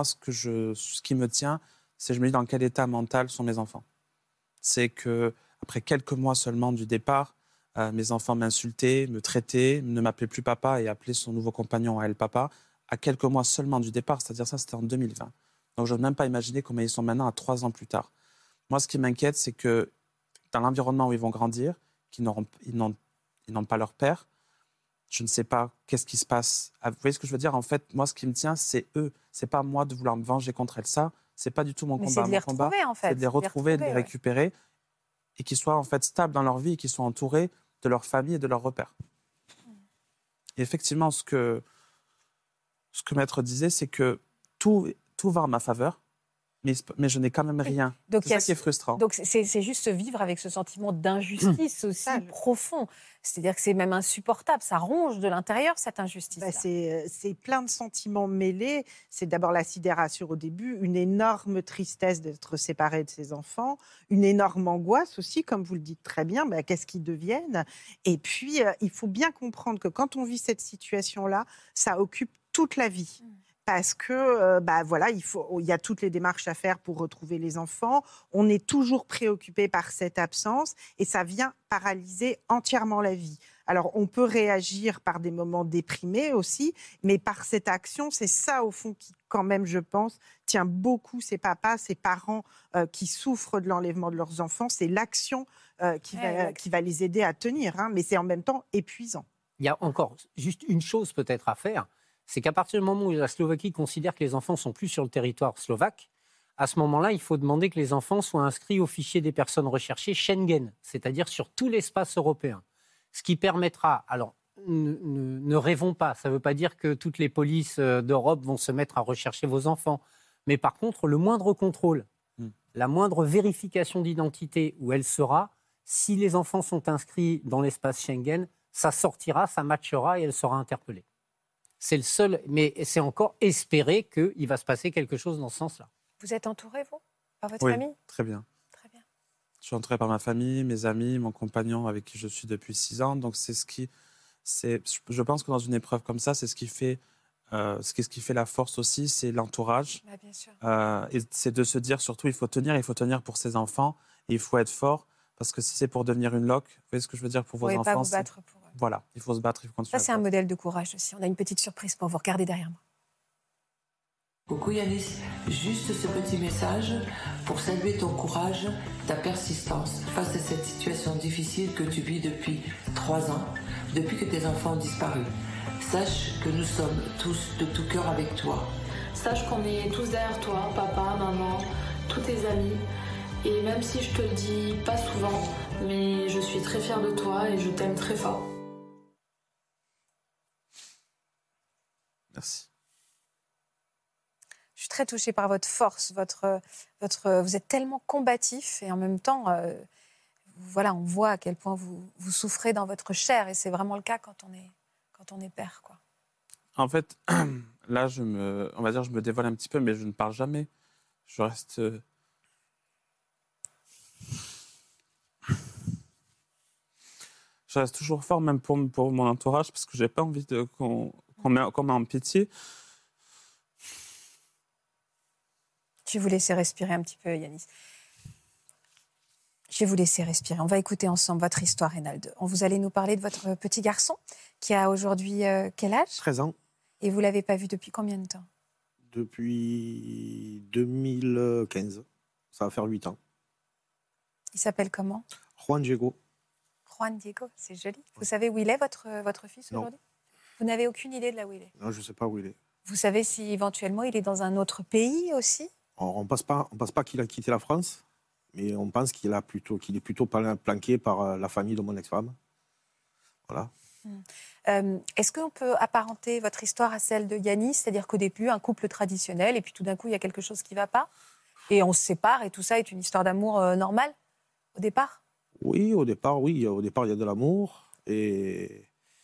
qui me tient, c'est je me dis dans quel état mental sont mes enfants. C'est que après quelques mois seulement du départ, mes enfants m'insultaient, me traitaient, ne m'appelaient plus papa et appelaient son nouveau compagnon à elle papa. À quelques mois seulement du départ, c'est-à-dire ça, c'était en 2020. Donc je n'ose même pas imaginer comment ils sont maintenant à 3 ans plus tard. Moi, ce qui m'inquiète, c'est que dans l'environnement où ils vont grandir, ils n'ont pas leur père. Je ne sais pas qu'est-ce qui se passe. Vous voyez ce que je veux dire? En fait, moi, ce qui me tient, c'est eux. C'est pas moi de vouloir me venger contre elle. Ça, c'est pas du tout mon combat.
C'est de les retrouver, en fait.
C'est de les retrouver, de les récupérer. et qu'ils soient en fait stables dans leur vie et qu'ils soient entourés de leur famille et de leurs repères. Et effectivement, ce que Maître disait, c'est que tout va en ma faveur, mais je n'ai quand même rien.
Donc,
c'est ça qui est frustrant.
Donc c'est juste vivre avec ce sentiment d'injustice aussi profond. C'est-à-dire que c'est même insupportable. Ça ronge de l'intérieur, cette injustice.
C'est plein de sentiments mêlés. C'est d'abord la sidération au début, une énorme tristesse d'être séparé de ses enfants, une énorme angoisse aussi, comme vous le dites très bien, qu'est-ce qu'ils deviennent. Et puis, il faut bien comprendre que quand on vit cette situation-là, ça occupe toute la vie. Parce que, il y a toutes les démarches à faire pour retrouver les enfants. On est toujours préoccupé par cette absence et ça vient paralyser entièrement la vie. Alors, on peut réagir par des moments déprimés aussi, mais par cette action, c'est ça, au fond, qui, quand même, je pense, tient beaucoup ces papas, ces parents qui souffrent de l'enlèvement de leurs enfants. C'est l'action qui va les aider à tenir, mais c'est en même temps épuisant.
Il y a encore juste une chose peut-être à faire, c'est qu'à partir du moment où la Slovaquie considère que les enfants ne sont plus sur le territoire slovaque, à ce moment-là, il faut demander que les enfants soient inscrits au fichier des personnes recherchées Schengen, c'est-à-dire sur tout l'espace européen. Ce qui permettra, alors ne rêvons pas, ça ne veut pas dire que toutes les polices d'Europe vont se mettre à rechercher vos enfants, mais par contre, le moindre contrôle, la moindre vérification d'identité où elle sera, si les enfants sont inscrits dans l'espace Schengen, ça sortira, ça matchera et elle sera interpellée. C'est le seul, mais c'est encore espérer qu'il va se passer quelque chose dans ce sens-là.
Vous êtes entouré, vous, par votre famille ?
Très bien.
Très bien.
Je suis entouré par ma famille, mes amis, mon compagnon avec qui je suis depuis 6 ans. Donc je pense que dans une épreuve comme ça, c'est ce qui fait la force aussi, c'est l'entourage.
Bien sûr.
Et c'est de se dire surtout, il faut tenir pour ses enfants, et il faut être fort, parce que si c'est pour devenir une loque, vous voyez ce que je veux dire pour vos enfants.
Vous ne pouvez pas vous battre pour eux.
Voilà, il faut se battre, il faut continuer.
Ça, c'est un modèle de courage aussi. On a une petite surprise pour vous. Regardez derrière moi.
Coucou Yanis, juste ce petit message pour saluer ton courage, ta persistance face à cette situation difficile que tu vis depuis 3 ans, depuis que tes enfants ont disparu. Sache que nous sommes tous de tout cœur avec toi.
Sache qu'on est tous derrière toi, papa, maman, tous tes amis. Et même si je te le dis pas souvent, mais je suis très fière de toi et je t'aime très fort.
Merci.
Je suis très touchée par votre force, vous êtes tellement combatif et en même temps, on voit à quel point vous souffrez dans votre chair et c'est vraiment le cas quand on est père, quoi.
En fait, là, je me dévoile un petit peu, mais je ne parle jamais. Je reste. Je reste toujours fort, même pour mon entourage, parce que j'ai pas envie qu'on m'ait en pitié.
Je vais vous laisser respirer un petit peu, Yanis. Je vais vous laisser respirer. On va écouter ensemble votre histoire, Reynald. Vous allez nous parler de votre petit garçon qui a aujourd'hui quel âge ?
13 ans.
Et vous ne l'avez pas vu depuis combien de temps ?
Depuis 2015. Ça va faire 8 ans.
Il s'appelle comment ?
Juan Diego.
Juan Diego, c'est joli. Vous savez où il est, votre fils, aujourd'hui ? Vous n'avez aucune idée de là où il est ?
Non, je ne sais pas où il est.
Vous savez si éventuellement il est dans un autre pays aussi ?
On ne pense pas qu'il a quitté la France, mais on pense qu'il est plutôt planqué par la famille de mon ex-femme. Voilà.
Est-ce qu'on peut apparenter votre histoire à celle de Yanis, c'est-à-dire qu'au début, un couple traditionnel, et puis tout d'un coup, il y a quelque chose qui ne va pas, et on se sépare, et tout ça est une histoire d'amour normale, au départ ?
Oui, au départ, il y a de l'amour, et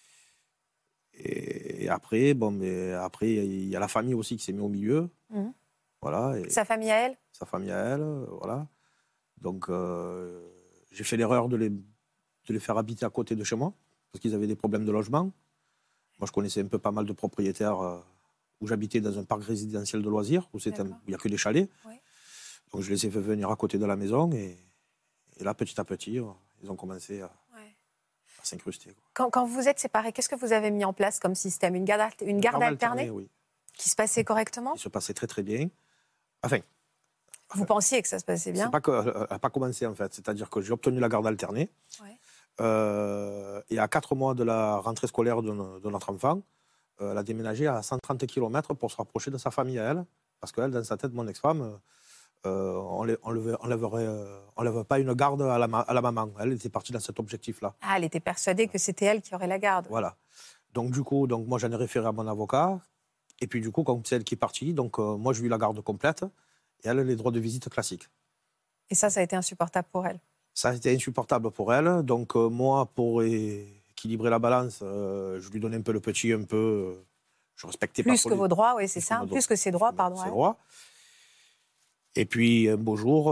après, il y a la famille aussi qui s'est mise au milieu. Voilà, et
sa famille à elle ?
Sa famille à elle, voilà. Donc, j'ai fait l'erreur de les faire habiter à côté de chez moi, parce qu'ils avaient des problèmes de logement. Moi, je connaissais un peu pas mal de propriétaires où j'habitais dans un parc résidentiel de loisirs, où il n'y a que des chalets. Oui. Donc, je les ai fait venir à côté de la maison, et là, petit à petit, ils ont commencé à s'incruster.
Quand vous êtes séparés, qu'est-ce que vous avez mis en place comme système ? Une garde alternée,
oui.
Qui se passait correctement ?
Qui se passait très, très bien. Enfin,
vous pensiez que ça se passait bien ?
Elle n'a pas commencé, en fait. C'est-à-dire que j'ai obtenu la garde alternée. Ouais. Et à 4 mois de la rentrée scolaire de notre enfant, elle a déménagé à 130 km pour se rapprocher de sa famille à elle. Parce qu'elle, dans sa tête, mon ex-femme, on n'enlève pas une garde à la maman. Elle était partie dans cet objectif-là.
Ah, elle était persuadée que c'était elle qui aurait la garde.
Voilà. Donc, du coup, moi, j'en ai référé à mon avocat. Et puis, du coup, comme c'est elle qui est partie, donc moi, j'ai eu la garde complète. Et elle, les droits de visite classiques.
Et ça a été insupportable pour elle.
Ça a été insupportable pour elle. Donc, moi, pour équilibrer la balance, je lui donnais un peu le petit, un peu... je respectais
plus
pas
que vos droits, oui, c'est ça. Plus que ses droits, pardon.
Ses droits. Et puis un beau jour,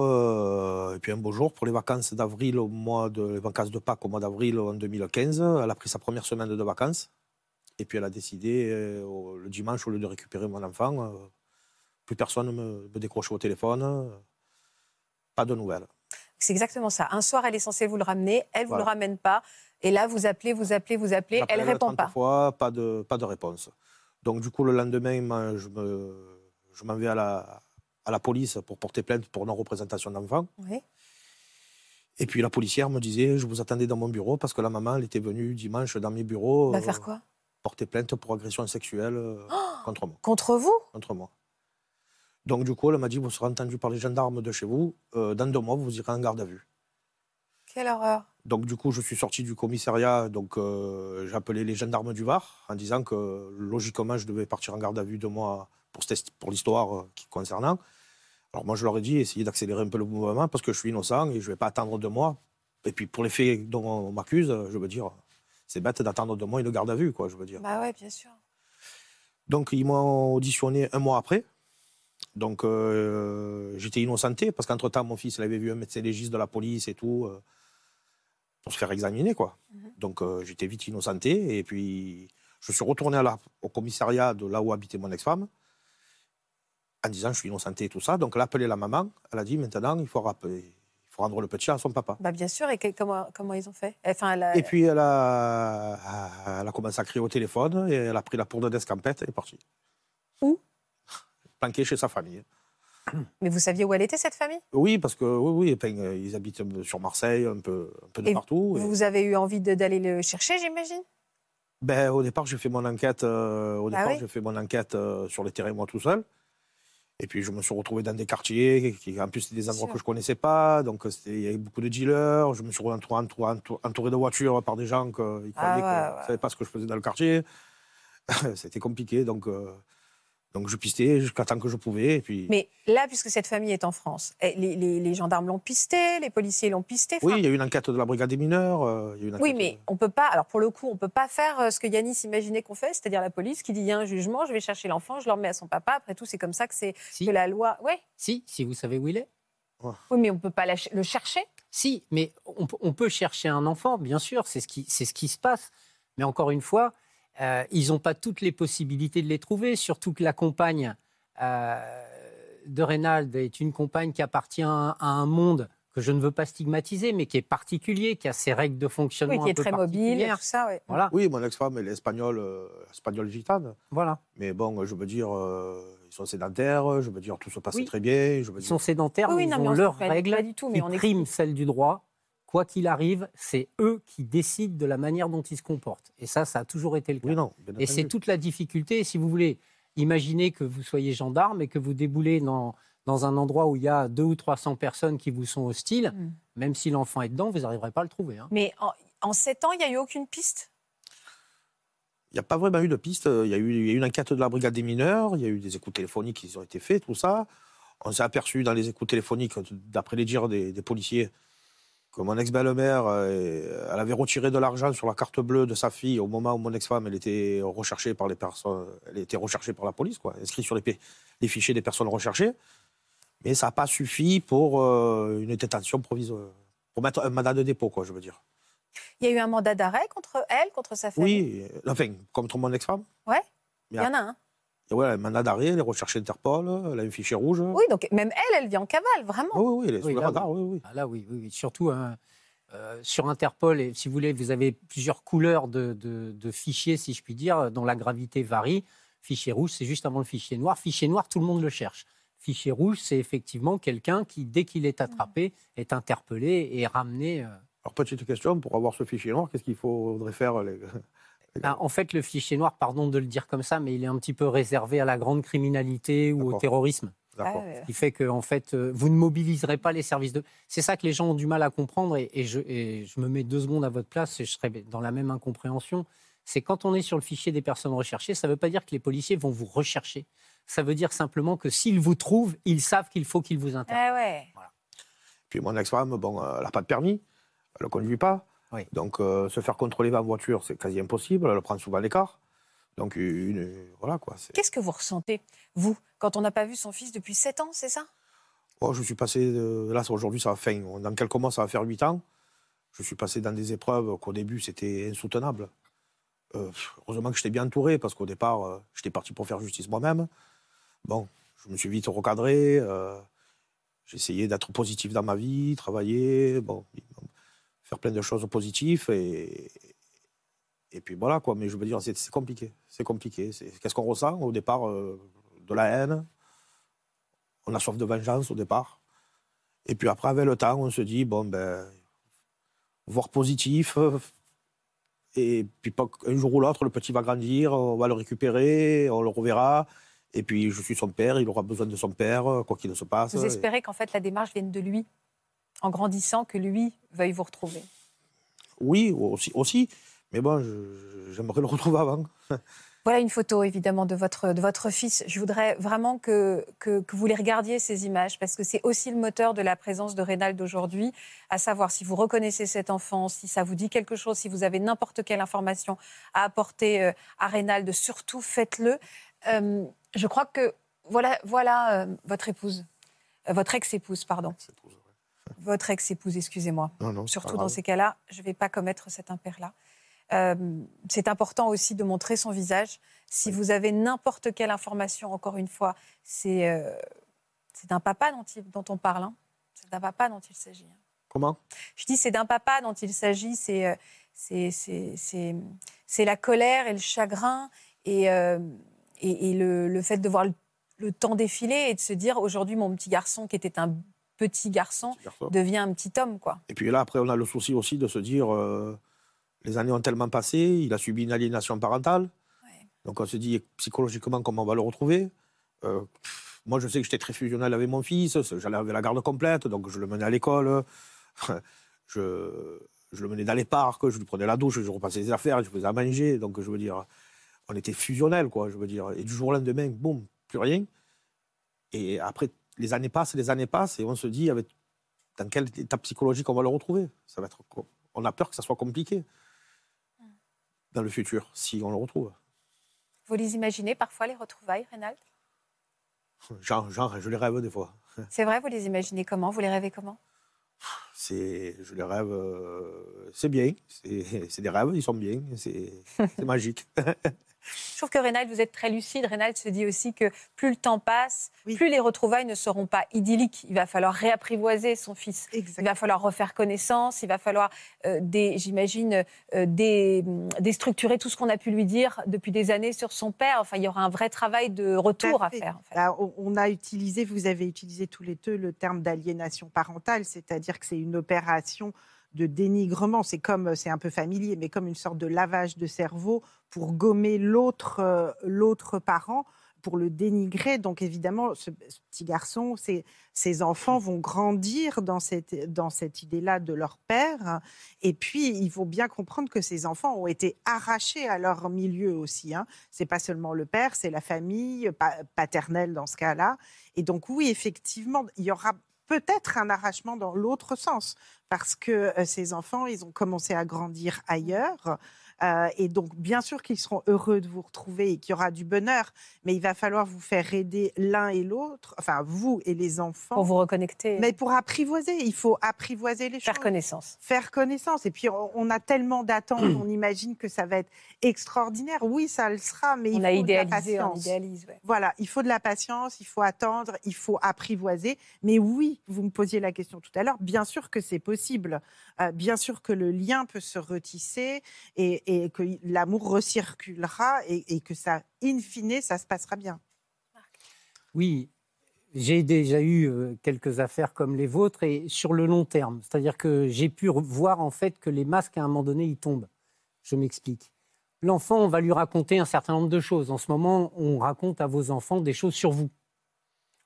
pour les vacances d'avril, les vacances de Pâques au mois d'avril en 2015, elle a pris sa première semaine de vacances. Et puis elle a décidé, le dimanche, au lieu de récupérer mon enfant, plus personne ne me décrochait au téléphone, pas de nouvelles.
C'est exactement ça. Un soir, elle est censée vous le ramener, elle ne vous le ramène pas. Et là, vous appelez, elle ne répond pas.
Fois, pas de réponse. Donc du coup, le lendemain, je m'en vais à la police pour porter plainte pour non-représentation d'enfant.
Oui.
Et puis la policière me disait, je vous attendais dans mon bureau parce que la maman, elle était venue dimanche dans mes bureaux.
Faire quoi ?
Porter plainte pour agression sexuelle contre moi.
Contre vous ?
Contre moi. Donc du coup, elle m'a dit, vous serez entendu par les gendarmes de chez vous. Dans 2 mois, vous irez en garde à vue.
Quelle horreur.
Donc du coup, je suis sorti du commissariat. Donc j'ai appelé les gendarmes du Var en disant que logiquement, je devais partir en garde à vue 2 mois pour l'histoire qui concernant. Alors moi, je leur ai dit, essayez d'accélérer un peu le mouvement parce que je suis innocent et je ne vais pas attendre 2 mois. Et puis pour les faits dont on m'accuse, je veux dire, c'est bête d'attendre 2 mois une garde à vue, quoi, je veux dire.
Bah ouais, bien sûr.
Donc ils m'ont auditionné 1 mois après. Donc j'étais innocenté parce qu'entre-temps, mon fils il avait vu un médecin légiste de la police et tout pour se faire examiner, quoi. Donc j'étais vite innocenté et puis je suis retourné au commissariat de là où habitait mon ex-femme en disant je suis innocenté et tout ça. Donc elle a appelé la maman, elle a dit maintenant il faut rendre le petit à son papa.
Bah bien sûr, et comment ils ont fait ?
Et puis elle a commencé à crier au téléphone et elle a pris la poudre d'escampette et est partie.
Où ?
Planquée chez sa famille.
Mais vous saviez où elle était, cette famille ?
Oui, parce que oui, ils habitent sur Marseille, un peu de partout.
Vous avez eu envie d'aller le chercher, j'imagine ?
Au départ, j'ai fait mon enquête, j'ai fait mon enquête sur les terrains, moi, tout seul. Et puis, je me suis retrouvé dans des quartiers, en plus, c'était des endroits que je ne connaissais pas. Donc, il y avait beaucoup de dealers. Je me suis entouré de voitures par des gens qui croyaient que je ne savais pas ce que je faisais dans le quartier. C'était compliqué, donc je pistais jusqu'à temps que je pouvais. Et puis...
Mais là, puisque cette famille est en France, les gendarmes l'ont pisté, les policiers l'ont pisté.
Oui, il y a eu une enquête de la brigade des mineurs.
Oui, mais on peut pas. Alors pour le coup, on peut pas faire ce que Yanis imaginait qu'on fait, c'est-à-dire la police qui dit il y a un jugement, je vais chercher l'enfant, je le remets à son papa. Après tout, c'est comme ça que la loi. Oui.
Si vous savez où il est.
Oui, mais on peut pas le chercher.
Si, mais on peut chercher un enfant, bien sûr, c'est ce qui se passe. Mais encore une fois. Ils n'ont pas toutes les possibilités de les trouver, surtout que la compagne de Reynald est une compagne qui appartient à un monde que je ne veux pas stigmatiser, mais qui est particulier, qui a ses règles de fonctionnement
qui est très mobile, tout ça. Oui.
Voilà. Oui, mon ex-femme, elle est espagnole gitane.
Voilà.
Mais bon, je veux dire, ils sont sédentaires, je veux dire, tout se passe très bien.
Ils sont sédentaires, mais ils ont leurs règles qui priment celles du droit. Quoi qu'il arrive, c'est eux qui décident de la manière dont ils se comportent. Et ça a toujours été le cas.
Oui, non,
et c'est toute la difficulté. Si vous voulez, imaginez que vous soyez gendarme et que vous déboulez dans un endroit où il y a 200 ou 300 personnes qui vous sont hostiles, même si l'enfant est dedans, vous n'arriverez pas à le trouver. Hein.
Mais en 7 ans, il n'y a eu aucune piste ?
Il n'y a pas vraiment eu de piste. Il y a eu une enquête de la brigade des mineurs, il y a eu des écoutes téléphoniques qui ont été faites, tout ça. On s'est aperçu dans les écoutes téléphoniques, d'après les dires des policiers, que mon ex-belle-mère, elle avait retiré de l'argent sur la carte bleue de sa fille au moment où mon ex-femme, elle était recherchée par la police, quoi, inscrite sur les fichiers des personnes recherchées. Mais ça n'a pas suffi pour une détention provisoire, pour mettre un mandat de dépôt, quoi, je veux dire.
Il y a eu un mandat d'arrêt contre elle, contre sa famille ?
Oui, enfin, contre mon ex-femme.
Ouais, il y en a un.
Ouais, un mandat d'arrêt, elle est recherchée Interpol, elle a un fichier rouge.
Oui, donc même elle vit en cavale, vraiment.
Oui, elle est sous le radar, oui.
Ah, là, oui. Surtout sur Interpol, et si vous voulez, vous avez plusieurs couleurs de fichiers, si je puis dire, dont la gravité varie. Fichier rouge, c'est juste avant le fichier noir. Fichier noir, tout le monde le cherche. Fichier rouge, c'est effectivement quelqu'un qui, dès qu'il est attrapé, est interpellé et ramené.
Alors, petite question, pour avoir ce fichier noir, qu'est-ce qu'il faudrait faire
En fait, le fichier noir, pardon de le dire comme ça, mais il est un petit peu réservé à la grande criminalité ou au terrorisme.
D'accord.
Ce qui fait que, en fait, vous ne mobiliserez pas les services de... C'est ça que les gens ont du mal à comprendre, et je me mets 2 secondes à votre place et je serais dans la même incompréhension. C'est quand on est sur le fichier des personnes recherchées, ça ne veut pas dire que les policiers vont vous rechercher. Ça veut dire simplement que s'ils vous trouvent, ils savent qu'il faut qu'ils vous interpellent.
Voilà.
Puis mon ex-femme, bon, elle n'a pas de permis, elle ne conduit pas.
Oui.
Donc se faire contrôler en voiture, c'est quasi impossible. Elle prend souvent l'écart. Donc voilà quoi.
Qu'est-ce que vous ressentez, vous, quand on n'a pas vu son fils depuis 7 ans, c'est ça?
Je suis passé, là aujourd'hui ça va faire, dans quelques mois ça va faire 8 ans. Je suis passé dans des épreuves qu'au début c'était insoutenable. Heureusement que j'étais bien entouré, parce qu'au départ, j'étais parti pour faire justice moi-même. Bon, je me suis vite recadré. J'ai essayé d'être positif dans ma vie, travailler, bon, faire plein de choses positives. Et puis voilà, quoi. Mais je veux dire, c'est compliqué. C'est compliqué. Qu'est-ce qu'on ressent au départ? De la haine. On a soif de vengeance au départ. Et puis après, avec le temps, on se dit, bon, ben, voir positif. Et puis un jour ou l'autre, le petit va grandir, on va le récupérer, on le reverra. Et puis je suis son père, il aura besoin de son père, quoi qu'il se passe.
Vous espérez qu'en fait la démarche vienne de lui, en grandissant, que lui veuille vous retrouver?
Oui, aussi. Mais bon, j'aimerais le retrouver avant.
Voilà une photo, évidemment, de votre fils. Je voudrais vraiment que vous les regardiez, ces images, parce que c'est aussi le moteur de la présence de Reynald aujourd'hui, à savoir si vous reconnaissez cet enfant, si ça vous dit quelque chose, si vous avez n'importe quelle information à apporter à Reynald, surtout faites-le. Je crois que voilà votre épouse, votre ex-épouse, pardon. Votre ex-épouse, excusez-moi.
Non,
surtout dans ces cas-là, je ne vais pas commettre cet impair-là. C'est important aussi de montrer son visage. Si vous avez n'importe quelle information, encore une fois, c'est d'un papa dont on parle. Hein. C'est d'un papa dont il s'agit.
Comment?
Je dis c'est d'un papa dont il s'agit. C'est la colère et le chagrin et le fait de voir le temps défiler et de se dire aujourd'hui mon petit garçon qui était un petit garçon devient un petit homme, quoi.
Et puis là, après, on a le souci aussi de se dire... les années ont tellement passé, il a subi une aliénation parentale. Ouais. Donc on se dit psychologiquement comment on va le retrouver. Moi, je sais que j'étais très fusionnel avec mon fils, j'allais avec la garde complète, donc je le menais à l'école, je le menais dans les parcs, je lui prenais la douche, je repassais les affaires, je faisais à manger. Donc je veux dire, on était fusionnels, quoi, je veux dire. Et du jour au lendemain, boum, plus rien. Et après, les années passent, et on se dit dans quelle étape psychologique on va le retrouver. Ça va être, on a peur que ça soit compliqué dans le futur, si on le retrouve.
Vous les imaginez parfois, les retrouvailles, Reynald?
Genre, je les rêve des fois.
C'est vrai, vous les imaginez comment? Vous les rêvez comment?
Je les rêve, c'est bien, c'est des rêves, ils sont bien, c'est magique.
Je trouve que Reynald, vous êtes très lucide. Reynald se dit aussi que plus le temps passe, plus les retrouvailles ne seront pas idylliques. Il va falloir réapprivoiser son fils. Exactement. Il va falloir refaire connaissance. Il va falloir, j'imagine, déstructurer tout ce qu'on a pu lui dire depuis des années sur son père. Enfin, il y aura un vrai travail de retour à faire. En fait.
Là, vous avez utilisé tous les deux le terme d'aliénation parentale, c'est-à-dire que c'est une opération de dénigrement, c'est un peu familier, mais comme une sorte de lavage de cerveau pour gommer l'autre parent, pour le dénigrer. Donc évidemment, ce petit garçon, ses enfants vont grandir dans cette idée-là de leur père. Et puis, il faut bien comprendre que ces enfants ont été arrachés à leur milieu aussi. Hein. C'est pas seulement le père, c'est la famille paternelle dans ce cas-là. Et donc oui, effectivement, il y aura peut-être un arrachement dans l'autre sens, parce que ces enfants, ils ont commencé à grandir ailleurs. Et donc, bien sûr qu'ils seront heureux de vous retrouver et qu'il y aura du bonheur, mais il va falloir vous faire aider l'un et l'autre, enfin, vous et les enfants.
Pour vous reconnecter.
Mais pour apprivoiser, il faut apprivoiser les choses.
Faire connaissance.
Faire connaissance. Et puis, on a tellement d'attentes, on imagine que ça va être extraordinaire. Oui, ça le sera, mais il faut de la patience.
On idéalise, ouais.
Voilà, il faut de la patience, il faut attendre, il faut apprivoiser. Mais oui, vous me posiez la question tout à l'heure, bien sûr que c'est possible. Bien sûr que le lien peut se retisser et que l'amour recirculera et que ça, in fine, ça se passera bien.
Oui, j'ai déjà eu quelques affaires comme les vôtres et sur le long terme. C'est-à-dire que j'ai pu voir en fait que les masques, à un moment donné, ils tombent. Je m'explique. L'enfant, on va lui raconter un certain nombre de choses. En ce moment, on raconte à vos enfants des choses sur vous.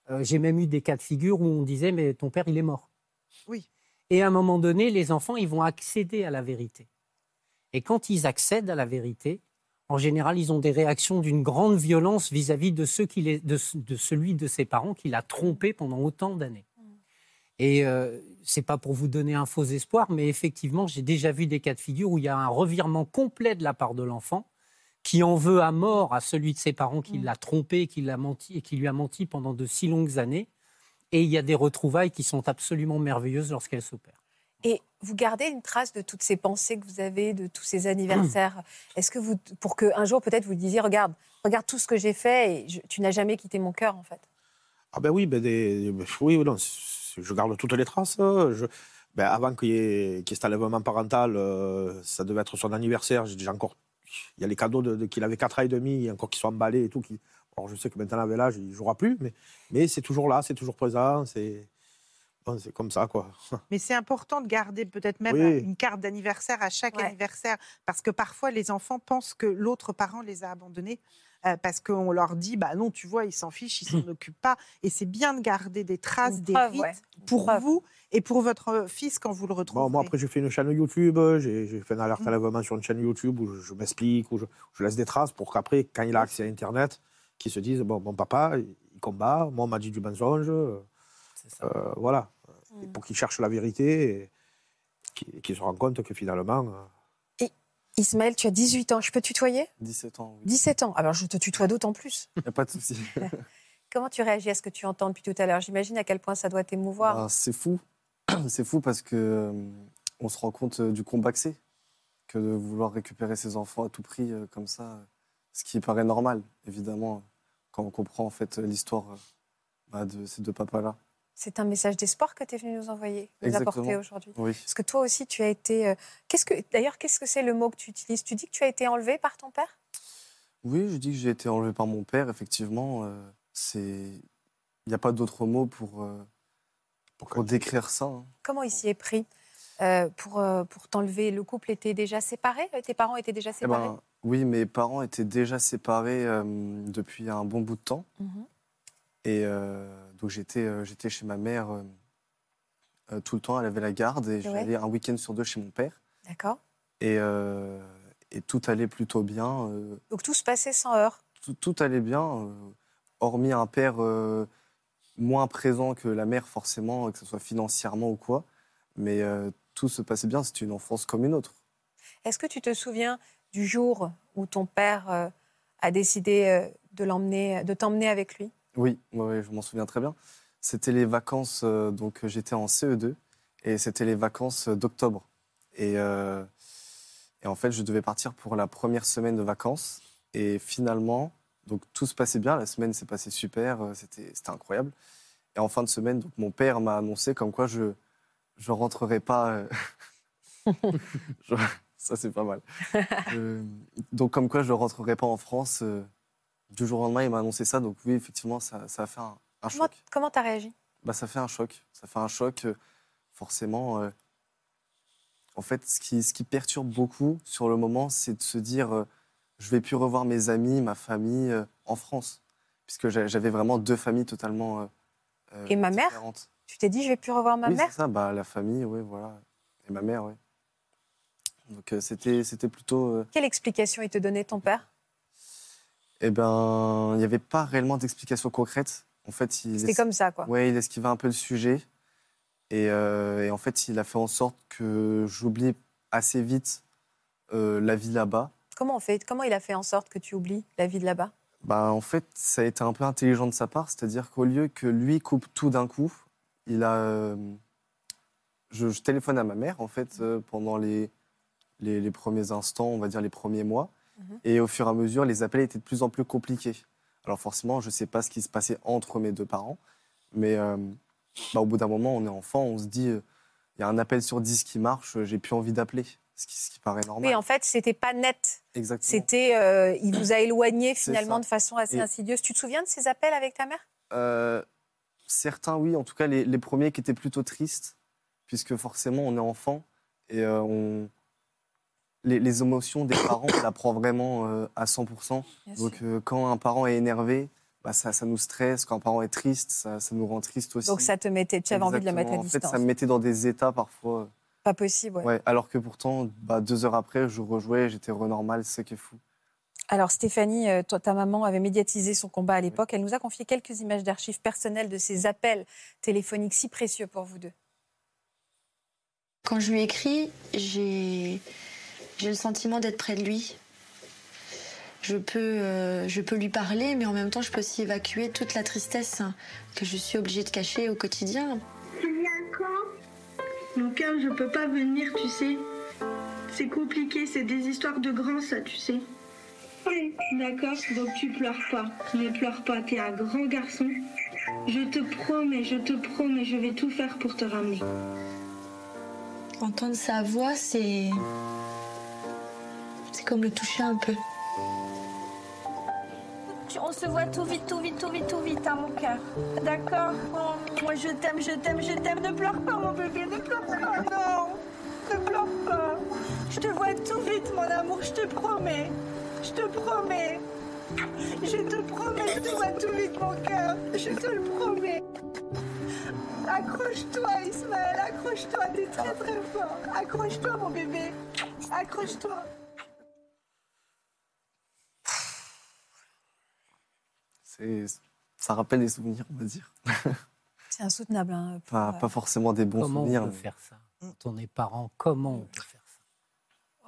J'ai même eu des cas de figure où on disait, mais ton père, il est mort.
Oui.
Et à un moment donné, les enfants, ils vont accéder à la vérité. Et quand ils accèdent à la vérité, en général, ils ont des réactions d'une grande violence vis-à-vis de celui de ses parents qui l'a trompé pendant autant d'années. Et c'est pas pour vous donner un faux espoir, mais effectivement, j'ai déjà vu des cas de figure où il y a un revirement complet de la part de l'enfant qui en veut à mort à celui de ses parents qui l'a trompé, qui lui a menti pendant de si longues années. Et il y a des retrouvailles qui sont absolument merveilleuses lorsqu'elles s'opèrent.
Et vous gardez une trace de toutes ces pensées que vous avez, de tous ces anniversaires. Est-ce que pour qu'un jour, peut-être, vous disiez, regarde tout ce que j'ai fait et tu n'as jamais quitté mon cœur, en fait.
Ah ben oui, oui, non, je garde toutes les traces. Avant qu'il y ait cet enlèvement parental, ça devait être son anniversaire. J'ai déjà encore... Il y a les cadeaux qu'il avait 4 ans et demi, encore qui sont emballés et tout. Alors je sais que maintenant, avec l'âge, il ne jouera plus, mais c'est toujours là, c'est toujours présent. C'est comme ça, quoi.
Mais c'est important de garder peut-être même une carte d'anniversaire à chaque anniversaire, parce que parfois, les enfants pensent que l'autre parent les a abandonnés, parce qu'on leur dit, bah non, tu vois, ils s'en fichent, ils s'en occupent pas. Et c'est bien de garder des traces, des rites pour vous et pour votre fils quand vous le retrouvez.
Moi, après, j'ai fait une chaîne YouTube, j'ai fait une alerte enlèvement sur une chaîne YouTube où je m'explique, où je laisse des traces pour qu'après, quand il a accès à Internet, qu'il se dise, bon, mon papa, il combat, moi, on m'a dit du mensonge. Voilà. Et pour qu'il cherche la vérité et qu'il se rende compte que finalement...
Et Ismaël, tu as 18 ans. Je peux tutoyer ?
17 ans, oui.
17 ans. Alors, je te tutoie d'autant plus.
Il n'y a pas de souci.
Comment tu réagis à ce que tu entends depuis tout à l'heure ? J'imagine à quel point ça doit t'émouvoir.
C'est fou. C'est fou parce qu'on se rend compte du combat que c'est, que de vouloir récupérer ses enfants à tout prix comme ça, ce qui paraît normal, évidemment, quand on comprend en fait l'histoire de ces deux papas-là.
C'est un message d'espoir que tu es venu nous envoyer, nous apporter aujourd'hui.
Oui.
Parce que toi aussi, tu as été... D'ailleurs, qu'est-ce que c'est le mot que tu utilises ? Tu dis que tu as été enlevé par ton père ?
Oui, je dis que j'ai été enlevé par mon père, effectivement. Il n'y a pas d'autre mot pour décrire ça. Hein.
Comment il s'y est pris pour t'enlever ? Le couple était déjà séparé ? Tes parents étaient déjà séparés ?
Oui, mes parents étaient déjà séparés depuis un bon bout de temps. Et donc j'étais chez ma mère tout le temps, elle avait la garde et j'allais un week-end sur 2 chez mon père.
D'accord.
Et tout allait plutôt bien.
Donc tout se passait sans heurts.
Tout allait bien, hormis un père moins présent que la mère forcément, que ce soit financièrement ou quoi. Mais tout se passait bien, c'était une enfance comme une autre.
Est-ce que tu te souviens du jour où ton père a décidé de t'emmener avec lui ?
Oui, je m'en souviens très bien. C'était les vacances, donc j'étais en CE2, et c'était les vacances d'octobre. Et en fait, je devais partir pour la première semaine de vacances. Et finalement, donc tout se passait bien, la semaine s'est passée super, c'était incroyable. Et en fin de semaine, donc, mon père m'a annoncé comme quoi je rentrerai pas... Ça, c'est pas mal. Donc comme quoi je rentrerai pas en France... Du jour au lendemain, il m'a annoncé ça, donc oui, effectivement, ça a fait un choc.
Comment tu as réagi ?
Ça fait un choc. Ça fait un choc, forcément. En fait, ce qui perturbe beaucoup sur le moment, c'est de se dire je ne vais plus revoir mes amis, ma famille en France. Puisque j'avais vraiment 2 familles totalement
Et ma mère ?
différentes.
Tu t'es dit je ne vais plus revoir ma mère ?
Oui, c'est ça, la famille, oui, voilà. Et ma mère, oui. Donc c'était plutôt...
Quelle explication il te donnait, ton père ?
Eh bien, il n'y avait pas réellement d'explication concrète. En fait,
c'était comme ça, quoi.
Oui, il esquivait un peu le sujet. Et en fait, il a fait en sorte que j'oublie assez vite la vie là-bas.
Comment il a fait en sorte que tu oublies la vie de là-bas ?
En fait, ça a été un peu intelligent de sa part. C'est-à-dire qu'au lieu que lui coupe tout d'un coup, il a... je téléphone à ma mère, en fait, pendant les premiers instants, on va dire les premiers mois. Et au fur et à mesure, les appels étaient de plus en plus compliqués. Alors forcément, je ne sais pas ce qui se passait entre mes 2 parents, mais au bout d'un moment, on est enfant, on se dit, il y a un appel sur 10 qui marche, j'ai plus envie d'appeler, ce qui paraît normal.
Oui, en fait, c'était pas net.
Exactement.
C'était, il vous a éloigné finalement de façon assez insidieuse. Tu te souviens de ces appels avec ta mère ?
Certains, oui, en tout cas les premiers qui étaient plutôt tristes, puisque forcément, on est enfant et les émotions des parents, on la prend vraiment à 100%. Donc, quand un parent est énervé,
ça nous stresse. Quand un parent est triste, ça nous rend triste aussi.
Donc ça te mettait, tu avais envie de le mettre à
Exactement. En fait,
distance.
ça me mettait dans des états parfois.
Pas possible, ouais.
Ouais, alors que pourtant, 2 heures après, je rejouais, j'étais renormal, c'est ça qui est fou.
Alors Stéphanie, ta maman avait médiatisé son combat à l'époque. Elle nous a confié quelques images d'archives personnelles de ces appels téléphoniques si précieux pour vous deux.
Quand je lui écris, j'ai le sentiment d'être près de lui. Je peux lui parler, mais en même temps, je peux aussi évacuer toute la tristesse que je suis obligée de cacher au quotidien.
Tu viens quand? Mon cœur, je peux pas venir, tu sais. C'est compliqué, c'est des histoires de grands, ça, tu sais. Oui. D'accord, donc tu pleures pas. Ne pleure pas, t'es un grand garçon. Je te promets, je vais tout faire pour te ramener.
Entendre sa voix, c'est comme le toucher un peu.
On se voit tout vite, hein, mon cœur. D'accord? Oh, moi, je t'aime. Ne pleure pas, mon bébé, ne pleure pas. Non, ne pleure pas. Je te vois tout vite, mon amour, je te promets. Je te promets. Je te vois tout vite, mon cœur. Je te le promets. Accroche-toi, Ismaël, accroche-toi, t'es très très fort. Accroche-toi, mon bébé. Accroche-toi.
Ça rappelle des souvenirs, on va dire.
C'est insoutenable. Hein,
Pas forcément des bons
Comment
souvenirs.
on peut faire ça? Quand on est parent, comment on peut faire ça?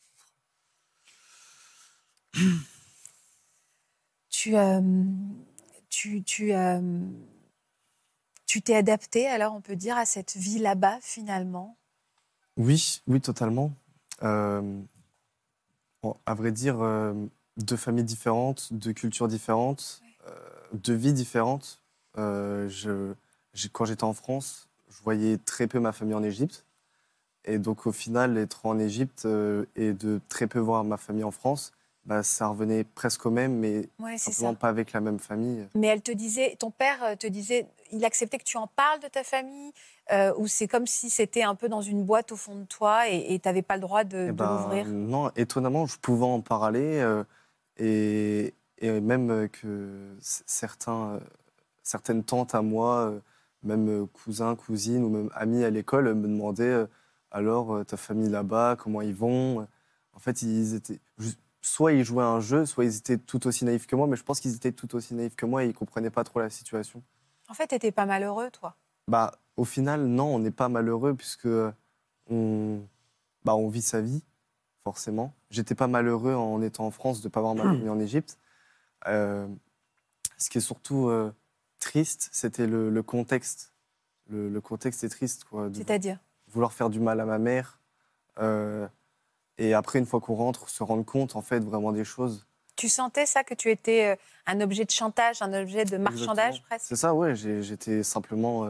Tu t'es adapté, alors on peut dire, à cette vie là-bas, finalement?
Oui, totalement. À vrai dire, 2 familles différentes, 2 cultures différentes, 2 vies différentes. Quand j'étais en France, je voyais très peu ma famille en Égypte. Et donc, au final, être en Égypte et de très peu voir ma famille en France, ça revenait presque au même, mais simplement pas avec la même famille.
Mais elle te disait, ton père te disait, il acceptait que tu en parles de ta famille, ou c'est comme si c'était un peu dans une boîte au fond de toi et tu n'avais pas le droit de l'ouvrir?
Non, étonnamment, je pouvais en parler et même que certaines tantes à moi, même cousins, cousines ou même amis à l'école me demandaient alors ta famille là-bas, comment ils vont? En fait, soit ils jouaient à un jeu, soit ils étaient tout aussi naïfs que moi, mais je pense qu'ils étaient tout aussi naïfs que moi et ils ne comprenaient pas trop la situation.
En fait, tu n'étais pas malheureux, toi?
Au final, non, on n'est pas malheureux puisque on vit sa vie, forcément. J'étais pas malheureux en étant en France de ne pas voir ma famille en Égypte. Ce qui est surtout triste, c'était le contexte. Le contexte est triste, quoi.
C'est-à-dire?
Vouloir faire du mal à ma mère. Et après, une fois qu'on rentre, se rendre compte, en fait, vraiment des choses.
Tu sentais ça, que tu étais un objet de chantage, un objet de marchandage?
Exactement.
Presque?
C'est ça, ouais. J'étais simplement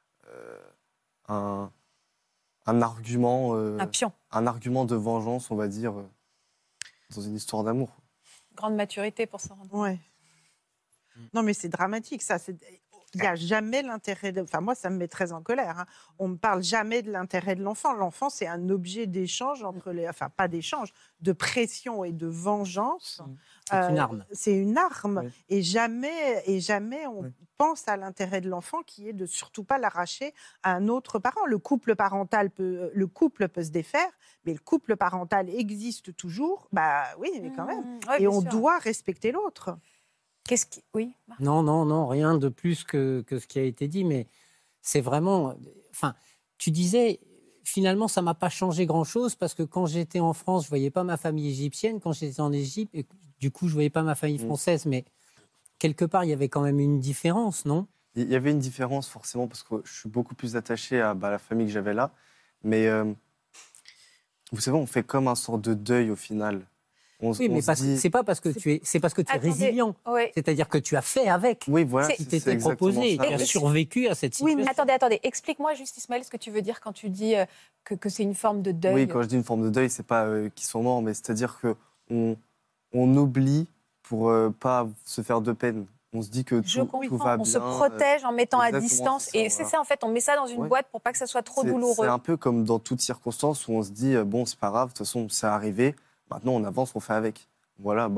un argument...
un pion.
Un argument de vengeance, on va dire, dans une histoire d'amour.
Grande maturité pour s'en rendre compte.
Ouais. Non, mais c'est dramatique, ça. Il n'y a jamais l'intérêt de... Enfin, moi, ça me met très en colère. Hein. On ne me parle jamais de l'intérêt de l'enfant. L'enfant, c'est un objet d'échange entre les... Enfin, pas d'échange, de pression et de vengeance.
C'est une arme.
C'est une arme.
Oui.
Et jamais on pense à l'intérêt de l'enfant qui est de surtout pas l'arracher à un autre parent. Le couple peut se défaire, mais le couple parental existe toujours. Oui, mais quand même.
Ouais,
et on
sûr.
doit respecter l'autre.
Oui, Marc?
Non, rien de plus que ce qui a été dit, mais c'est vraiment... Enfin, tu disais, finalement, ça ne m'a pas changé grand-chose, parce que quand j'étais en France, je ne voyais pas ma famille égyptienne. Quand j'étais en Égypte, du coup, je ne voyais pas ma famille française, mais quelque part, il y avait quand même une différence, non?
Il y avait une différence, forcément, parce que je suis beaucoup plus attaché à la famille que j'avais là. Mais vous savez, on fait comme un sort de deuil, au final.
C'est pas parce que tu es résilient.
Ouais.
C'est-à-dire que tu as fait avec.
Oui, voilà.
Ce qui t'était proposé. Tu as survécu à cette situation.
Oui, mais attendez. Explique-moi juste, Ismaël, ce que tu veux dire quand tu dis que c'est une forme de deuil.
Oui, quand je dis une forme de deuil, c'est pas qu'ils sont morts, mais c'est-à-dire qu'on oublie pour pas se faire de peine. On se dit que tout va bien.
On se protège en mettant à distance.
C'est
ça, en fait, on met ça dans une boîte pour pas que ça soit trop douloureux.
C'est un peu comme dans toute circonstance où on se dit, bon, c'est pas grave, de toute façon, c'est arrivé. Maintenant, on avance, on fait avec. Voilà,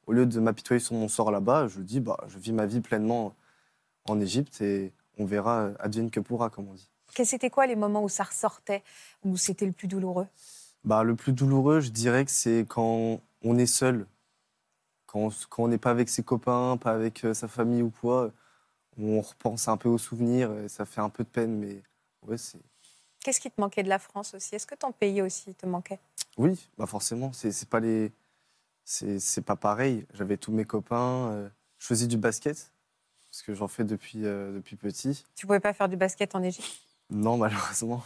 Au lieu de m'apitoyer sur mon sort là-bas, je dis, je vis ma vie pleinement en Égypte et on verra advienne que pourra, comme on dit.
C'était quoi les moments où ça ressortait, où c'était le plus douloureux?
Le plus douloureux, je dirais que c'est quand on est seul, quand on n'est pas avec ses copains, pas avec sa famille ou quoi, on repense un peu aux souvenirs et ça fait un peu de peine, mais ouais, c'est...
Qu'est-ce qui te manquait de la France aussi? Est-ce que ton pays aussi te manquait?
Oui, forcément, c'est pas pareil. J'avais tous mes copains, je faisais du basket, parce que j'en fais depuis petit.
Tu pouvais pas faire du basket en Égypte?
Non, malheureusement.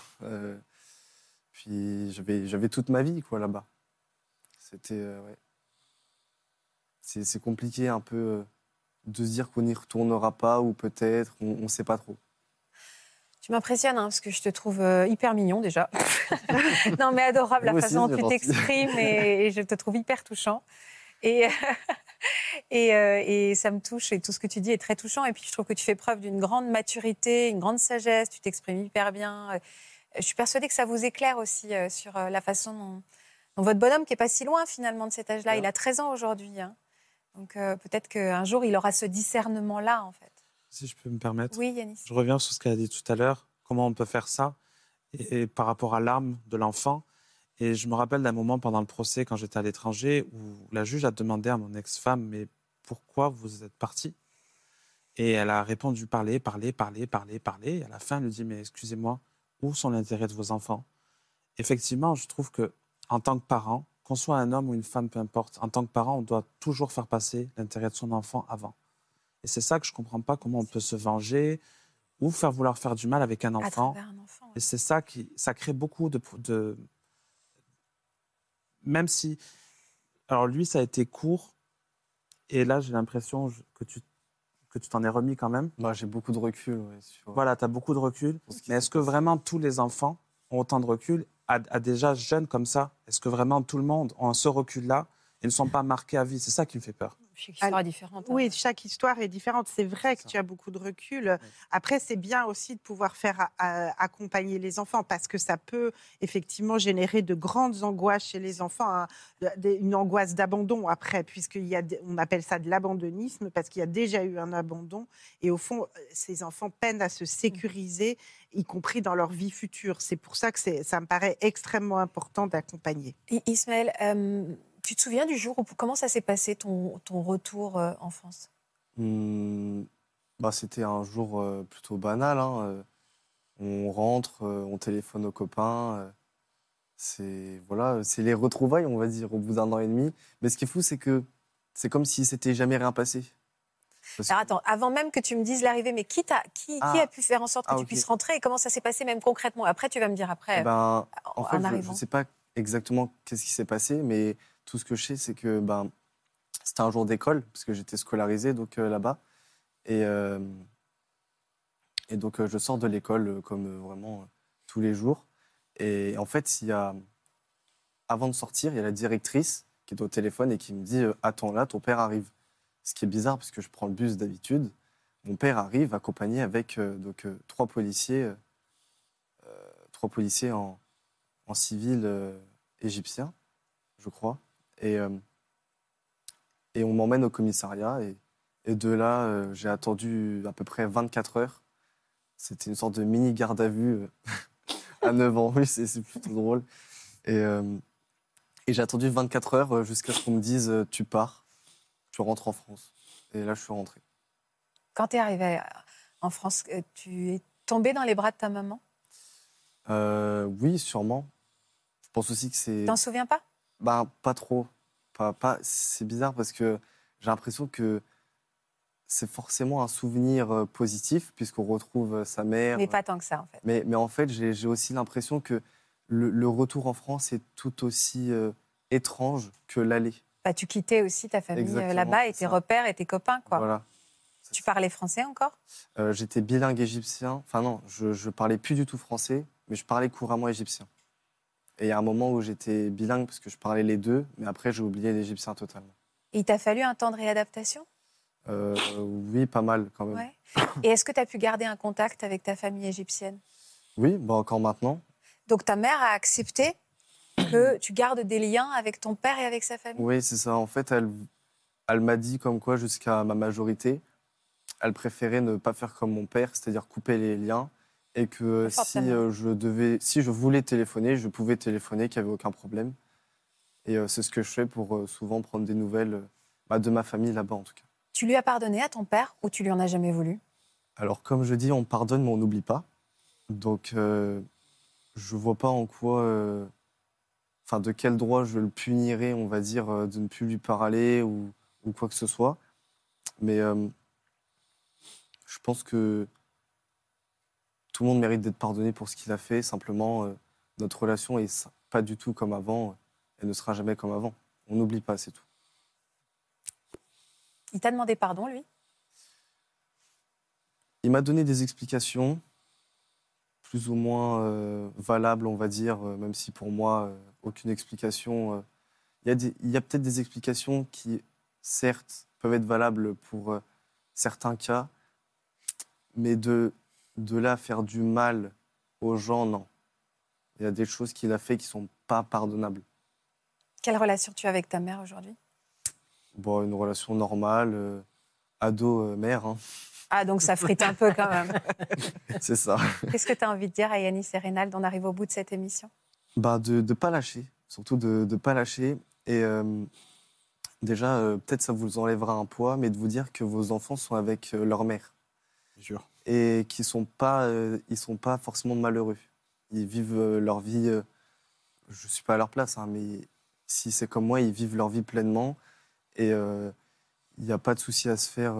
Puis j'avais toute ma vie quoi là-bas. C'était ouais. C'est compliqué un peu de se dire qu'on n'y retournera pas ou peut-être, on ne sait pas trop.
Tu m'impressionnes parce que je te trouve hyper mignon déjà. Non mais adorable la façon dont tu t'exprimes et je te trouve hyper touchant. Et ça me touche et tout ce que tu dis est très touchant. Et puis je trouve que tu fais preuve d'une grande maturité, une grande sagesse, tu t'exprimes hyper bien. Je suis persuadée que ça vous éclaire aussi sur la façon dont votre bonhomme, qui n'est pas si loin finalement de cet âge-là, il a 13 ans aujourd'hui. Hein. Donc peut-être qu'un jour, il aura ce discernement-là en fait.
Si je peux me permettre.
Oui, Yanis.
Je reviens sur ce qu'elle a dit tout à l'heure, comment on peut faire ça, et par rapport à l'arme de l'enfant. Et je me rappelle d'un moment pendant le procès, quand j'étais à l'étranger, où la juge a demandé à mon ex-femme, mais pourquoi vous êtes partie? Et elle a répondu, parler. Et à la fin, elle lui dit, mais excusez-moi, où sont l'intérêt de vos enfants? Effectivement, je trouve qu'en tant que parent, qu'on soit un homme ou une femme, peu importe, en tant que parent, on doit toujours faire passer l'intérêt de son enfant avant. Et c'est ça que je ne comprends pas, comment on peut se venger ou vouloir faire du mal avec un enfant. Et c'est ça ça crée beaucoup de... Même si... Alors lui, ça a été court. Et là, j'ai l'impression que tu t'en es remis quand même.
J'ai beaucoup de recul. Ouais,
Voilà, tu as beaucoup de recul. Mais est-ce que vraiment tous les enfants ont autant de recul à déjà jeunes comme ça? Est-ce que vraiment tout le monde a ce recul-là et ne sont pas marqués à vie? C'est ça qui me fait peur.
Chaque histoire est différente.
Oui, chaque histoire est différente. C'est vrai que tu as beaucoup de recul. Après, c'est bien aussi de pouvoir faire accompagner les enfants parce que ça peut effectivement générer de grandes angoisses chez les enfants, une angoisse d'abandon après, on appelle ça de l'abandonnisme parce qu'il y a déjà eu un abandon. Et au fond, ces enfants peinent à se sécuriser, y compris dans leur vie future. C'est pour ça que ça me paraît extrêmement important d'accompagner.
Ismaël, tu te souviens du jour comment ça s'est passé ton retour en France?
C'était un jour plutôt banal. Hein. On rentre, on téléphone aux copains. C'est les retrouvailles, on va dire, au bout d'1 an et demi. Mais ce qui est fou, c'est que c'est comme si s'était jamais rien passé.
Alors attends, avant même que tu me dises l'arrivée, mais qui a pu faire en sorte que tu puisses rentrer et comment ça s'est passé même concrètement? Après, tu vas me dire après.
En fait, je ne sais pas exactement qu'est-ce qui s'est passé, mais tout ce que je sais, c'est que c'était un jour d'école, parce que j'étais scolarisé là-bas. Et donc, je sors de l'école comme vraiment tous les jours. Et en fait, avant de sortir, il y a la directrice qui est au téléphone et qui me dit « Attends, là, ton père arrive ». Ce qui est bizarre, parce que je prends le bus d'habitude. Mon père arrive accompagné avec 3 policiers en civil égyptien, je crois. Et on m'emmène au commissariat. Et de là, j'ai attendu à peu près 24 heures. C'était une sorte de mini garde à vue à 9 ans. Oui, c'est plutôt drôle. Et j'ai attendu 24 heures jusqu'à ce qu'on me dise « Tu pars, tu rentres en France ». Et là, je suis rentré.
Quand tu es arrivé en France, tu es tombé dans les bras de ta maman?
Oui, sûrement. Je pense aussi que c'est...
T'en souviens pas?
Pas trop. C'est bizarre parce que j'ai l'impression que c'est forcément un souvenir positif puisqu'on retrouve sa mère.
Mais pas tant que ça, en fait.
Mais en fait, j'ai aussi l'impression que le retour en France est tout aussi étrange que l'aller.
Tu quittais aussi ta famille là-bas et tes repères et tes copains, quoi.
Voilà.
Tu parlais français encore?
J'étais bilingue égyptien. Enfin non, je parlais plus du tout français, mais je parlais couramment égyptien. Et il y a un moment où j'étais bilingue parce que je parlais les deux, mais après j'ai oublié l'égyptien totalement.
Et il t'a fallu un temps de réadaptation?
Oui, pas mal quand même.
Ouais. Et est-ce que tu as pu garder un contact avec ta famille égyptienne?
Oui, encore maintenant.
Donc ta mère a accepté que tu gardes des liens avec ton père et avec sa famille?
Oui, c'est ça. En fait, Elle m'a dit comme quoi, jusqu'à ma majorité, elle préférait ne pas faire comme mon père, c'est-à-dire couper les liens, et que si je voulais téléphoner, je pouvais téléphoner, qu'il n'y avait aucun problème. Et c'est ce que je fais pour souvent prendre des nouvelles de ma famille là-bas, en tout cas.
Tu lui as pardonné à ton père ou tu lui en as jamais voulu?
Alors, comme je dis, on pardonne, mais on n'oublie pas. Donc, je vois pas en quoi... de quel droit je le punirais, on va dire, de ne plus lui parler ou quoi que ce soit. Mais je pense que tout le monde mérite d'être pardonné pour ce qu'il a fait. Simplement, notre relation est pas du tout comme avant. Elle ne sera jamais comme avant. On n'oublie pas, c'est tout.
Il t'a demandé pardon, lui?
Il m'a donné des explications plus ou moins valables, on va dire, même si pour moi, aucune explication... Il y a peut-être des explications qui, certes, peuvent être valables pour certains cas, mais de là à faire du mal aux gens, non. Il y a des choses qu'il a fait qui ne sont pas pardonnables.
Quelle relation tu as avec ta mère aujourd'hui?
Bon, une relation normale, ado-mère. Hein.
Ah, donc ça frite un peu quand même.
C'est ça.
Qu'est-ce que tu as envie de dire à Yanis et Reynald? On arrive au bout de cette émission.
De ne pas lâcher, surtout de ne pas lâcher. Et déjà, peut-être ça vous enlèvera un poids, mais de vous dire que vos enfants sont avec leur mère.
Bien sûr.
Et qu'ils sont pas forcément malheureux. Ils vivent leur vie, je ne suis pas à leur place, hein, mais si c'est comme moi, ils vivent leur vie pleinement. Et il n'y a pas de souci à se faire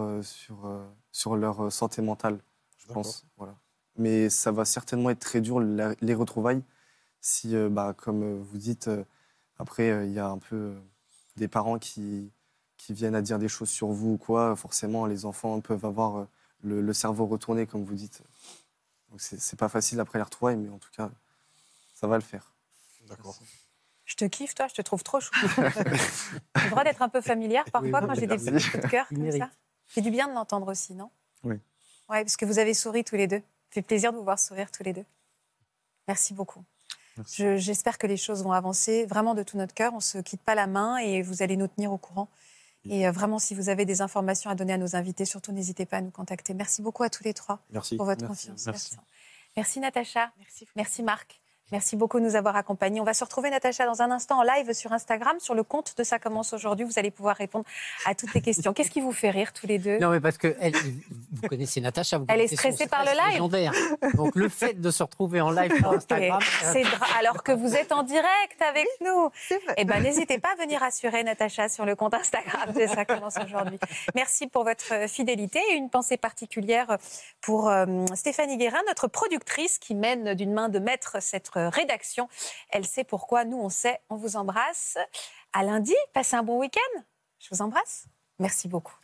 sur leur santé mentale, je pense. Voilà. Mais ça va certainement être très dur, les retrouvailles, si, comme vous dites, après, il y a un peu des parents qui viennent à dire des choses sur vous ou quoi. Forcément, les enfants peuvent avoir le cerveau retourné, comme vous dites. Donc, c'est pas facile après les retrouvailles, mais en tout cas, ça va le faire.
D'accord.
Je te kiffe, toi, je te trouve trop chou. J'ai le droit d'être un peu familière parfois quand j'ai des petits coups de cœur comme ça. C'est du bien de l'entendre aussi, non?
Oui.
Ouais, parce que vous avez souri tous les deux. Ça fait plaisir de vous voir sourire tous les deux. Merci beaucoup. J'espère que les choses vont avancer vraiment de tout notre cœur. On ne se quitte pas la main et vous allez nous tenir au courant. Et vraiment, si vous avez des informations à donner à nos invités, surtout n'hésitez pas à nous contacter. Merci beaucoup à tous les trois pour votre confiance. Merci Natacha. Merci Marc. Merci beaucoup de nous avoir accompagnés. On va se retrouver, Natacha, dans un instant en live sur Instagram, sur le compte de Ça commence aujourd'hui. Vous allez pouvoir répondre à toutes les questions. Qu'est-ce qui vous fait rire tous les deux?
Non, mais parce que vous connaissez Natacha.
Elle est stressée par le live.
Légendaire. Donc le fait de se retrouver en live sur Instagram...
Alors que vous êtes en direct avec nous. Eh ben, n'hésitez pas à venir rassurer Natacha sur le compte Instagram de Ça commence aujourd'hui. Merci pour votre fidélité et une pensée particulière pour Stéphanie Guérin, notre productrice qui mène d'une main de maître cette rédaction. Elle sait pourquoi, nous on sait. On vous embrasse. À lundi, passez un bon week-end. Je vous embrasse. Merci beaucoup.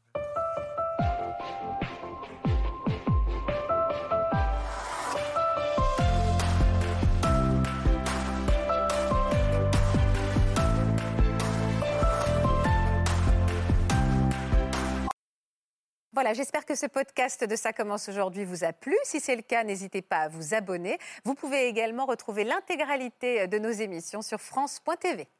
Voilà, j'espère que ce podcast de Ça commence aujourd'hui vous a plu. Si c'est le cas, n'hésitez pas à vous abonner. Vous pouvez également retrouver l'intégralité de nos émissions sur France.tv.